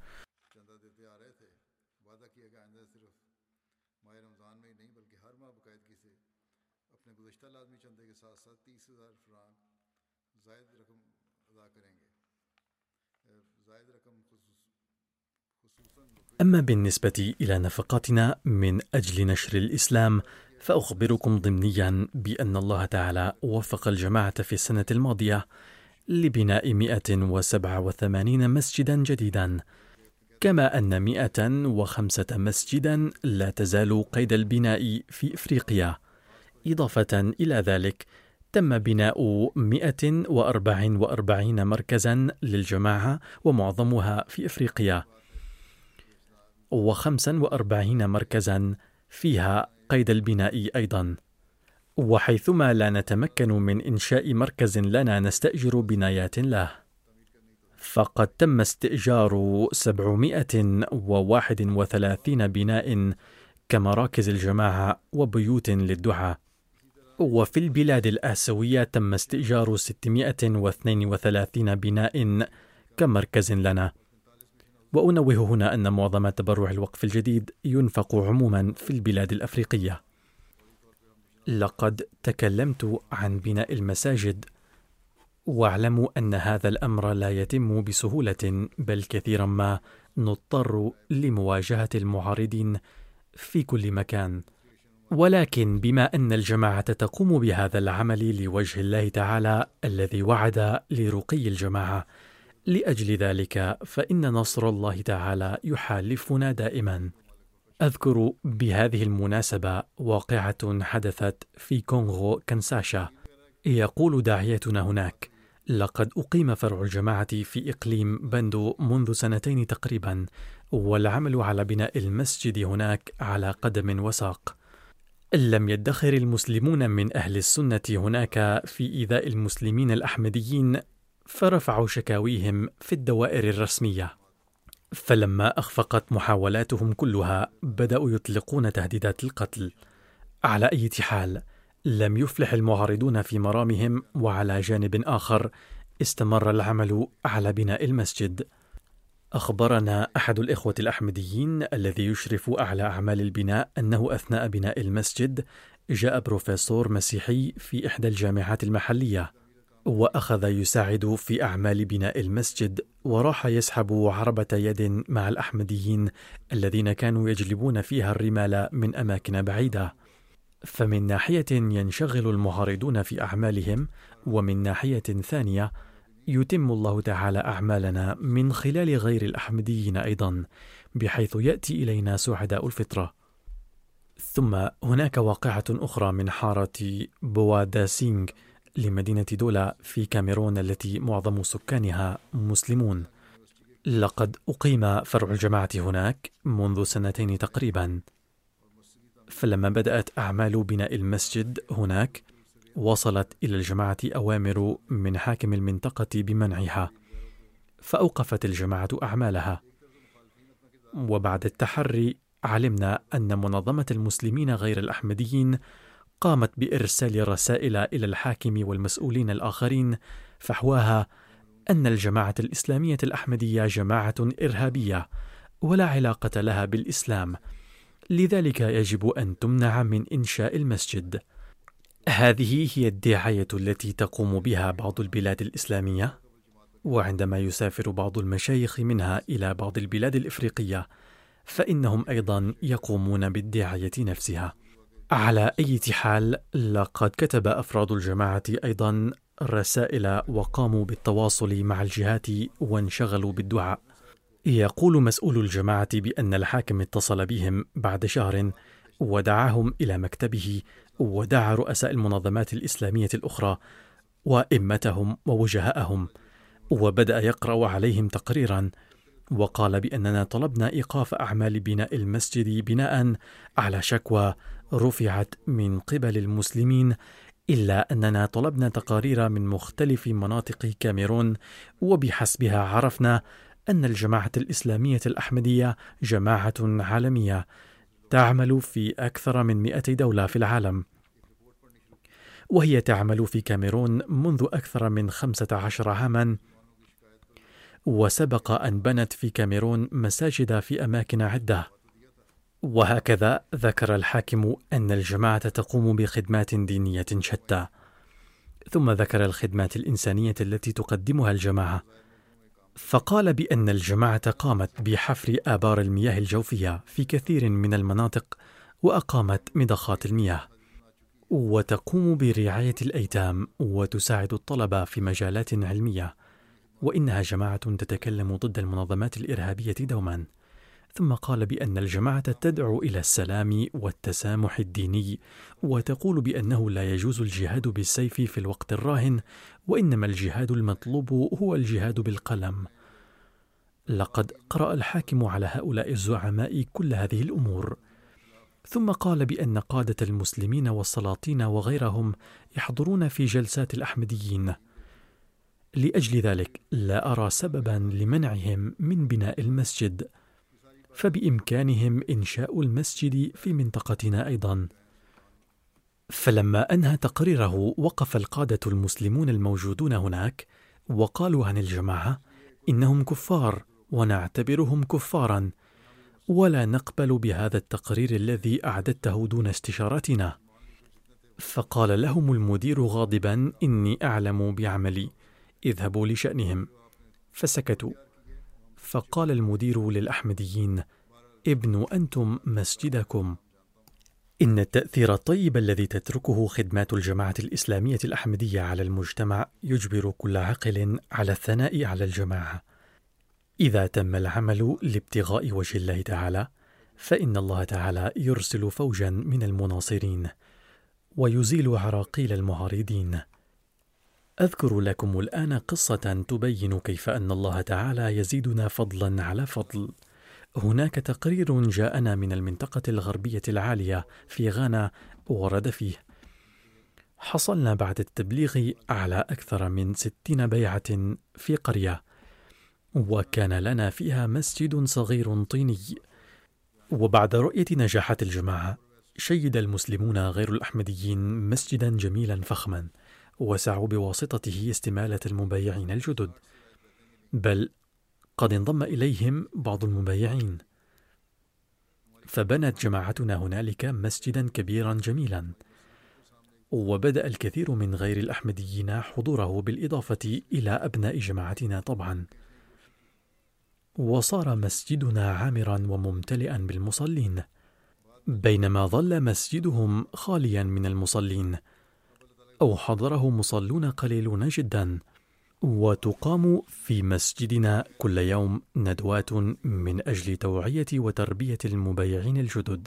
أما بالنسبة إلى نفقاتنا من أجل نشر الإسلام، فأخبركم ضمنيا بأن الله تعالى وفق الجماعة في السنة الماضية لبناء مئة وسبعة وثمانين مسجدا جديدا، كما أن مئة وخمسة مسجدا لا تزال قيد البناء في إفريقيا. إضافة إلى ذلك تم بناء مئة وأربعة وأربعين مركزا للجماعة ومعظمها في إفريقيا، وخمسا وأربعين مركزا فيها قيد البناء أيضا. وحيثما لا نتمكن من إنشاء مركز لنا نستأجر بنايات له، فقد تم استئجار سبعمائة وواحد وثلاثين بناء كمراكز الجماعة وبيوت للدعاء. وفي البلاد الآسيوية تم استئجار ستمائة واثنين وثلاثين بناء كمركز لنا. وأنوه هنا أن معظم تبرع الوقف الجديد ينفق عموما في البلاد الأفريقية. لقد تكلمت عن بناء المساجد، واعلموا أن هذا الأمر لا يتم بسهولة، بل كثيرا ما نضطر لمواجهة المعارضين في كل مكان. ولكن بما أن الجماعة تقوم بهذا العمل لوجه الله تعالى الذي وعد لرقي الجماعة، لأجل ذلك فإن نصر الله تعالى يحالفنا دائما. أذكر بهذه المناسبة واقعة حدثت في كونغو كنساشا. يقول داعيتنا هناك: لقد أقيم فرع الجماعة في إقليم بندو منذ سنتين تقريبا، والعمل على بناء المسجد هناك على قدم وساق. لم يدخر المسلمون من أهل السنة هناك في إيذاء المسلمين الأحمديين، فرفعوا شكاويهم في الدوائر الرسمية. فلما أخفقت محاولاتهم كلها بدأوا يطلقون تهديدات القتل. على أي حال لم يفلح المعارضون في مرامهم، وعلى جانب آخر استمر العمل على بناء المسجد. أخبرنا أحد الإخوة الأحمديين الذي يشرف على أعمال البناء أنه أثناء بناء المسجد جاء بروفيسور مسيحي في إحدى الجامعات المحلية وأخذ يساعد في أعمال بناء المسجد، وراح يسحب عربة يد مع الأحمديين الذين كانوا يجلبون فيها الرمال من أماكن بعيدة. فمن ناحية ينشغل المعارضون في أعمالهم، ومن ناحية ثانية يتم الله تعالى أعمالنا من خلال غير الأحمديين أيضا، بحيث يأتي إلينا سعداء الفطرة. ثم هناك واقعة أخرى من حارة بواداسينغ لمدينة دولا في كاميرون التي معظم سكانها مسلمون. لقد أقيم فرع الجماعة هناك منذ سنتين تقريبا، فلما بدأت أعمال بناء المسجد هناك وصلت إلى الجماعة أوامر من حاكم المنطقة بمنعها، فأوقفت الجماعة أعمالها. وبعد التحري علمنا أن منظمة المسلمين غير الأحمديين قامت بإرسال رسائل إلى الحاكم والمسؤولين الآخرين فحواها أن الجماعة الإسلامية الأحمدية جماعة إرهابية ولا علاقة لها بالإسلام، لذلك يجب أن تمنع من إنشاء المسجد. هذه هي الدعاية التي تقوم بها بعض البلاد الإسلامية، وعندما يسافر بعض المشايخ منها إلى بعض البلاد الإفريقية فإنهم أيضا يقومون بالدعاية نفسها. على أي حال، لقد كتب أفراد الجماعة أيضا رسائل وقاموا بالتواصل مع الجهات وانشغلوا بالدعاء. يقول مسؤول الجماعة بأن الحاكم اتصل بهم بعد شهر ودعاهم إلى مكتبه ودعا رؤساء المنظمات الإسلامية الأخرى وإمتهم ووجهاءهم، وبدأ يقرأ عليهم تقريرا، وقال بأننا طلبنا إيقاف أعمال بناء المسجد بناء على شكوى رفعت من قبل المسلمين، إلا أننا طلبنا تقارير من مختلف مناطق كاميرون، وبحسبها عرفنا أن الجماعة الإسلامية الأحمدية جماعة عالمية تعمل في أكثر من مئة دولة في العالم، وهي تعمل في كاميرون منذ أكثر من خمسة عشر عاما، وسبق أن بنت في كاميرون مساجد في أماكن عدة. وهكذا ذكر الحاكم أن الجماعة تقوم بخدمات دينية شتى، ثم ذكر الخدمات الإنسانية التي تقدمها الجماعة، فقال بأن الجماعة قامت بحفر آبار المياه الجوفية في كثير من المناطق، وأقامت مضخات المياه، وتقوم برعاية الأيتام وتساعد الطلبة في مجالات علمية، وإنها جماعة تتكلم ضد المنظمات الإرهابية دوما. ثم قال بأن الجماعة تدعو إلى السلام والتسامح الديني، وتقول بأنه لا يجوز الجهاد بالسيف في الوقت الراهن، وإنما الجهاد المطلوب هو الجهاد بالقلم. لقد قرأ الحاكم على هؤلاء الزعماء كل هذه الأمور، ثم قال بأن قادة المسلمين والسلاطين وغيرهم يحضرون في جلسات الأحمديين، لأجل ذلك لا أرى سببا لمنعهم من بناء المسجد، فبإمكانهم إنشاء المسجد في منطقتنا أيضا. فلما أنهى تقريره وقف القادة المسلمون الموجودون هناك وقالوا عن الجماعة إنهم كفار ونعتبرهم كفارا، ولا نقبل بهذا التقرير الذي أعددته دون استشارتنا. فقال لهم المدير غاضبا: إني أعلم بعملي، اذهبوا لشأنهم. فسكتوا. فقال المدير للأحمديين: ابنوا أنتم مسجدكم. إن التأثير الطيب الذي تتركه خدمات الجماعة الإسلامية الأحمدية على المجتمع يجبر كل عاقل على الثناء على الجماعة. إذا تم العمل لابتغاء وجه الله تعالى، فإن الله تعالى يرسل فوجا من المناصرين ويزيل عراقيل المعارضين. أذكر لكم الآن قصة تبين كيف أن الله تعالى يزيدنا فضلا على فضل. هناك تقرير جاءنا من المنطقة الغربية العالية في غانا ورد فيه: حصلنا بعد التبليغ على أكثر من ستين بيعة في قرية، وكان لنا فيها مسجد صغير طيني. وبعد رؤية نجاحات الجماعة شيد المسلمون غير الأحمديين مسجدا جميلا فخما، وسعوا بواسطته استمالة المبايعين الجدد، بل قد انضم إليهم بعض المبايعين، فبنت جماعتنا هنالك مسجدا كبيرا جميلا، وبدأ الكثير من غير الأحمديين حضوره بالإضافة إلى أبناء جماعتنا طبعا، وصار مسجدنا عامرا وممتلئا بالمصلين، بينما ظل مسجدهم خاليا من المصلين أو حضره مصلون قليلون جدا. وتقام في مسجدنا كل يوم ندوات من أجل توعية وتربية المبايعين الجدد،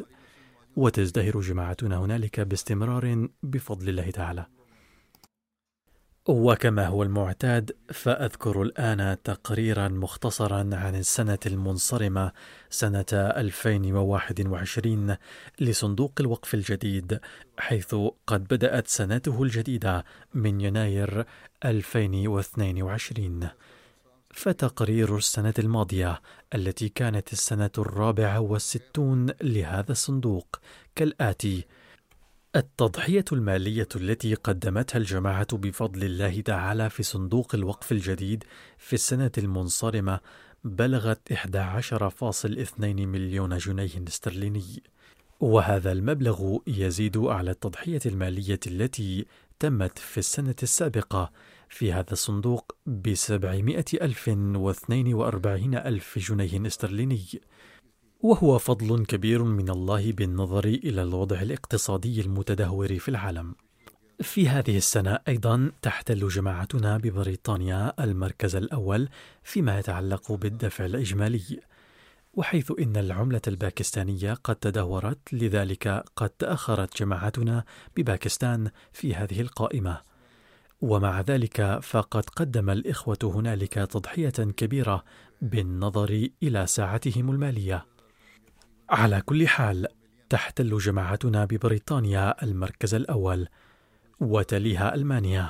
وتزدهر جماعتنا هنالك باستمرار بفضل الله تعالى. وكما هو المعتاد، فأذكر الآن تقريرا مختصرا عن السنة المنصرمة سنة ألفين وواحد وعشرين لصندوق الوقف الجديد، حيث قد بدأت سنته الجديدة من يناير ألفين واثنين وعشرين. فتقرير السنة الماضية التي كانت السنة الرابعة والستون لهذا الصندوق كالآتي: التضحية المالية التي قدمتها الجماعة بفضل الله تعالى في صندوق الوقف الجديد في السنة المنصرمة بلغت إحدى عشرة فاصلة اثنين مليون جنيه استرليني، وهذا المبلغ يزيد على التضحية المالية التي تمت في السنة السابقة في هذا الصندوق بسبعمائة ألف واثنين وأربعين ألف جنيه استرليني، وهو فضل كبير من الله بالنظر إلى الوضع الاقتصادي المتدهور في العالم. في هذه السنة أيضا تحتل جماعتنا ببريطانيا المركز الأول فيما يتعلق بالدفع الإجمالي، وحيث إن العملة الباكستانية قد تدهورت، لذلك قد تأخرت جماعتنا بباكستان في هذه القائمة. ومع ذلك فقد قدم الإخوة هنالك تضحية كبيرة بالنظر إلى ساعتهم المالية. على كل حال، تحتل جماعتنا ببريطانيا المركز الأول، وتليها ألمانيا.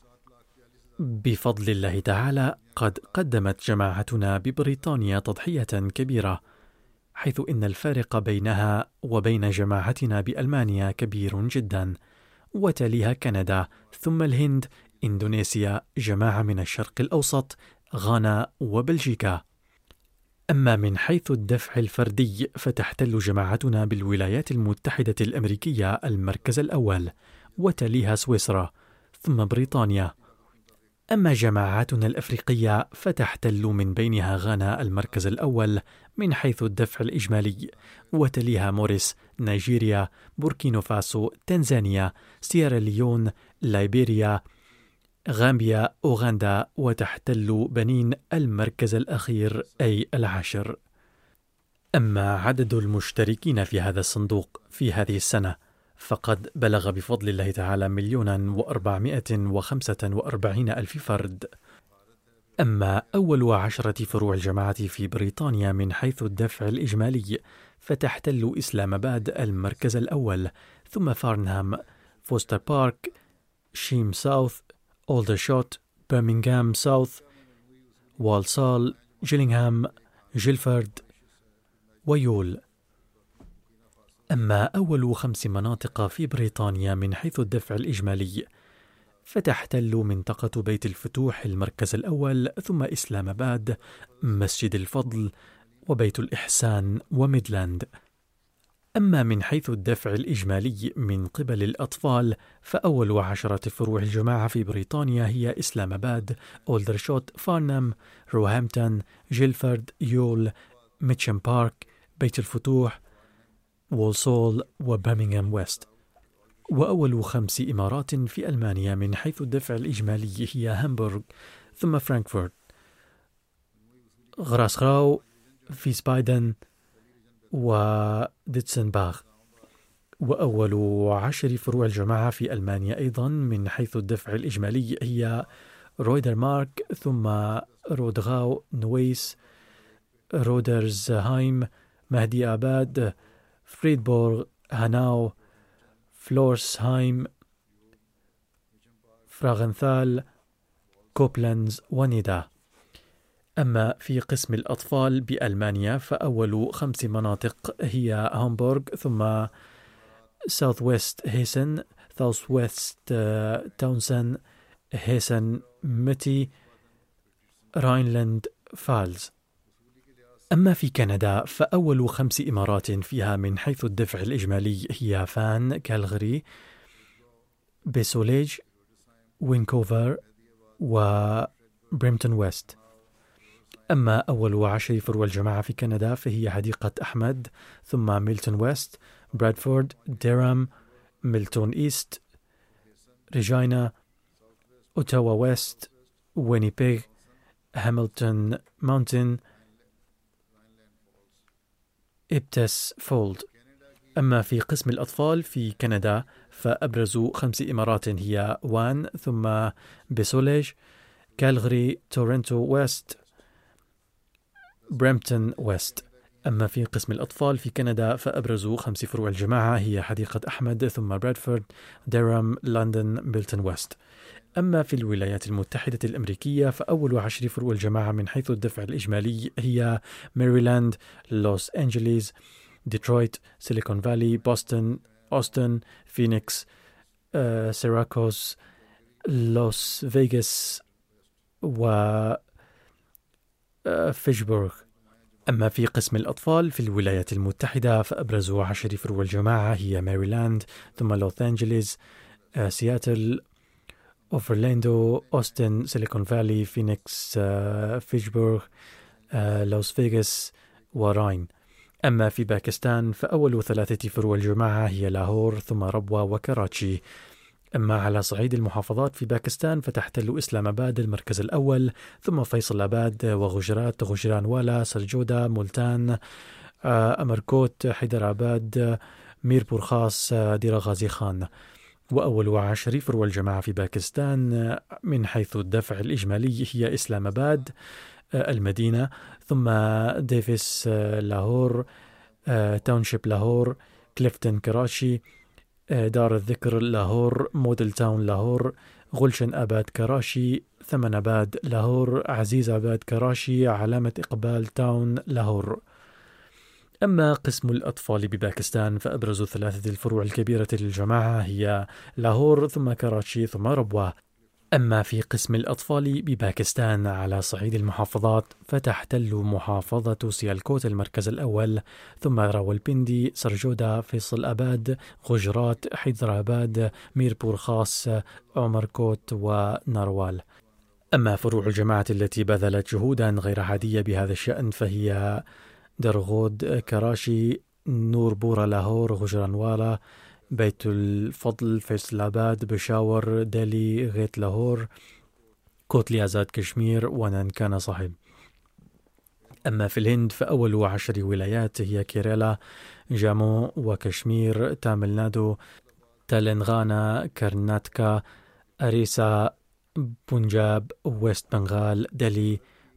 بفضل الله تعالى قد قدمت جماعتنا ببريطانيا تضحية كبيرة، حيث إن الفارق بينها وبين جماعتنا بألمانيا كبير جدا، وتليها كندا، ثم الهند، إندونيسيا، جماعة من الشرق الأوسط، غانا وبلجيكا. أما من حيث الدفع الفردي فتحتل جماعتنا بالولايات المتحدة الأمريكية المركز الأول، وتليها سويسرا، ثم بريطانيا. أما جماعاتنا الأفريقية فتحتل من بينها غانا المركز الأول من حيث الدفع الإجمالي، وتليها موريس، نيجيريا، بوركينا فاسو، تنزانيا، سيراليون، ليبيريا، غامبيا، أوغندا، وتحتل بنين المركز الأخير أي العاشر. أما عدد المشتركين في هذا الصندوق في هذه السنة فقد بلغ بفضل الله تعالى مليونا وأربعمائة وخمسة وأربعين ألف فرد. أما أول عشرة فروع الجماعة في بريطانيا من حيث الدفع الإجمالي فتحتل إسلام آباد المركز الأول، ثم فارنهام، فوستر بارك، شيم ساوث، أولدرشوت، برمنغهام ساوث، والسال، جيلينغهام، جيلفورد ويول. أما أول خمس مناطق في بريطانيا من حيث الدفع الإجمالي فتحتل منطقة بيت الفتوح المركز الأول، ثم إسلام آباد، مسجد الفضل، وبيت الإحسان، وميدلاند. أما من حيث الدفع الإجمالي من قبل الأطفال فأول عشرة فروع الجماعة في بريطانيا هي إسلام آباد، أولدرشوت، فارنهام، روهامبتون، جيلفورد، يول، ميتشام بارك، بيت الفتوح، وولسول، وبرمنغهام ويست. وأول خمس إمارات في ألمانيا من حيث الدفع الإجمالي هي هامبورغ، ثم فرانكفورت، غراسغاو، فيسبايدن، وديتسنباغ. وأول عشر فروع الجماعة في ألمانيا أيضا من حيث الدفع الإجمالي هي رويدرمارك، ثم رودغاو، نويس، رودرزهايم، مهدي آباد، فريدبورغ، هاناو، فلورسهايم، فراغنثال، كوبلنز، ونيدا. أما في قسم الأطفال بألمانيا فأول خمس مناطق هي هامبورغ، ثم ساوث ويست هيسن، ساوث ويست تاونسن، هيسن ميتي، راينلاند فالز. أما في كندا فأول خمس إمارات فيها من حيث الدفع الإجمالي هي فان، كالغري، بيسوليج، وينكوفر، وبريمتون ويست. أما أول عشر فروع الجماعة في كندا فهي حديقة أحمد، ثم ميلتون ويست، برادفورد، ديرام، ميلتون إيست، ريجينا، أوتاوا ويست، وينيبيغ، هاملتون ماونتن، إبتس فولد. أما في قسم الأطفال في كندا فأبرز خمس إمارات هي وان، ثم بيسوليج، كالغري، تورنتو ويست، برامبتون ويست. أما في قسم الأطفال في كندا فأبرز خمس فروع الجماعة هي حديقة أحمد، ثم برادفورد، ديرام، لندن، بيلتون ويست. أما في الولايات المتحدة الأمريكية فأول عشر فروع الجماعة من حيث الدفع الإجمالي هي ماريلاند، لوس أنجليز، ديترويت، سيليكون فالي، بوسطن، أوستن، فينيكس، آه، سيراكوز، لوس فيغاس و آه، فيشبورغ. أما في قسم الأطفال في الولايات المتحدة فأبرز عشر فروع الجماعة هي ماريلاند، ثم لوس أنجليز، آه، سياتل، أوفرلاندو، أوستن، سيليكون فالي، فينيكس، آه، فيشبورغ، آه، لوس فيغاس وراين. أما في باكستان فأول ثلاثة فروع الجماعة هي لاهور، ثم ربوة وكراتشي. أما على صعيد المحافظات في باكستان فتحتل إسلام آباد المركز الأول، ثم فيصل آباد وغجرات، غجرانوالا، سرجودا، ملتان، أمركوت، حيدر آباد، ميرپور خاص، دير غازي خان. وأول عشر فروع الجماعة في باكستان من حيث الدفع الإجمالي هي إسلام آباد، المدينة، ثم ديفيس لاهور، تاونشيب لاهور، كليفتن كراشي، دار الذكر لاهور، مودل تاون لاهور، غلشن آباد كراشي، ثمن آباد لاهور، عزيز آباد كراشي، علامة إقبال تاون لاهور. أما قسم الأطفال بباكستان فأبرز ثلاثة الفروع الكبيرة للجماعة هي لاهور، ثم كراتشي، ثم ربوة. أما في قسم الأطفال بباكستان على صعيد المحافظات فتحتل محافظة سيالكوت المركز الأول، ثم راولبندي، سرجودا، فيصل آباد، غجرات، حيدرآباد، ميرپور خاص، عمركوت وناروال. أما فروع الجماعة التي بذلت جهودا غير عادية بهذا الشأن فهي درغود، كراشي، نوربورا لاهور، غجرانوالا، بيت الفضل، فيصل آباد، بشاور، ديلي، غيت لاهور، كوتلي آزاد كشمير، ونانكانا صاحب. أما في الهند فأول عشر ولايات هي كيرالا، جامو وكشمير، تامل نادو، تلنغانا، كرناتكا، أريسا، بنجاب، ويست بنغال، دلي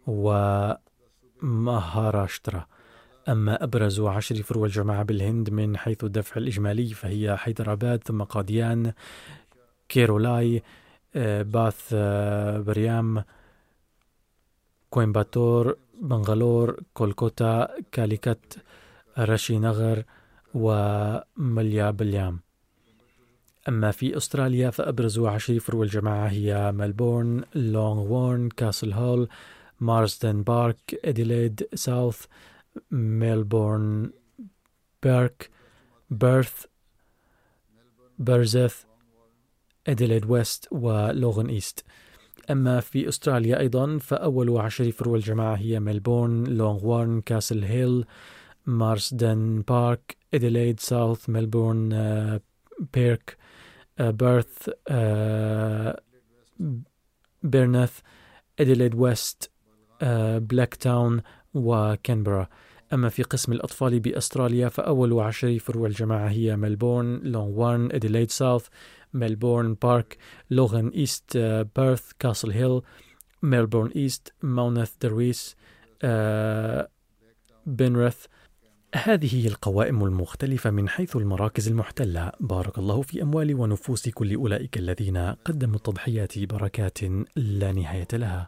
ومهاراشترا. أما أبرز عشر فروع الجماعة بالهند من حيث الدفع الإجمالي فهي حيدرآباد، ثم قاديان، كيرولاي، باث بريام، كويمباتور، بنغالور، كولكوتا، كاليكت، رشي نغر ومليا بليام. أما في أستراليا فأبرز عشر فروع الجماعة هي ملبورن، لونغورن، كاسل هول، مارسدن بارك، إديليد ساوث، ميلبورن بيرك، بيرث، بيرزث، إديليد ويست ولوغن إيست. أما في أستراليا أيضا فأول عشر فروع الجماعة هي ميلبورن، لونغورن، كاسل هيل، مارسدن بارك، إديليد ساوث، ميلبورن بيرك، بيرث، بيرنث، إديليد ويست، بلاك تاون وكانبرا. أما في قسم الأطفال بأستراليا فأول عشر فروع الجماعة هي ميلبورن، لونغورن، إديليد ساوث، ميلبورن بارك، لوغن إيست، بيرث، كاسل هيل، ميلبورن إيست، ماونث درويس، بنرث. هذه هي القوائم المختلفة من حيث المراكز المحتلة. بارك الله في أموال ونفوس كل أولئك الذين قدموا التضحيات بركات لا نهاية لها.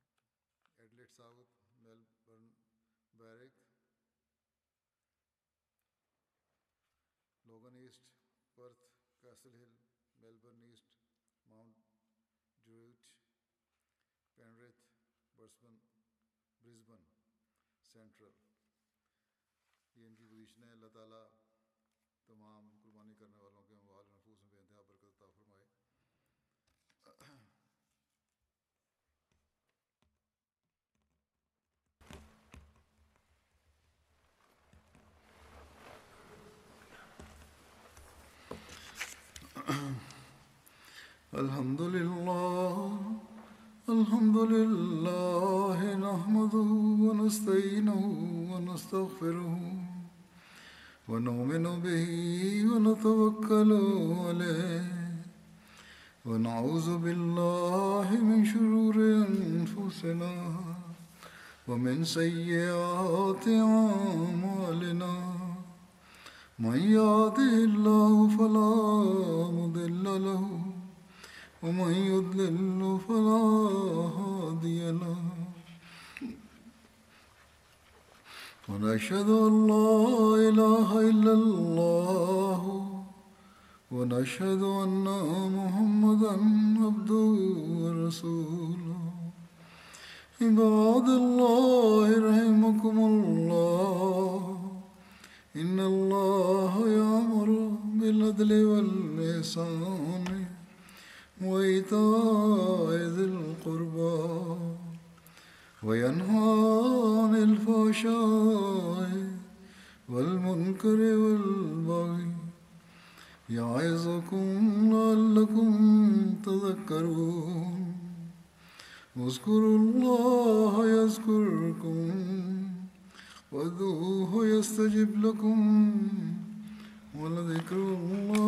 الحمد لله الحمد لله نحمده ونستعينه ونستغفره ونؤمن به ونتوكل عليه ونعوذ بالله من شرور أنفسنا ومن سيئات أعمالنا من يهده الله فلا مضل له ومن يضلل فلا هادي له ونشهد أن لا إله إلا الله ونشهد أن محمدا عبده ورسوله عباد الله رحمكم الله إن الله يأمر بالعدل والإحسان وإيتاء ذي القربى وينهى عن الفحشاء والمنكر والبغي يعظكم لعلكم تذكرون اذكروا الله يذكركم وادعوه يستجب لكم ولذكر الله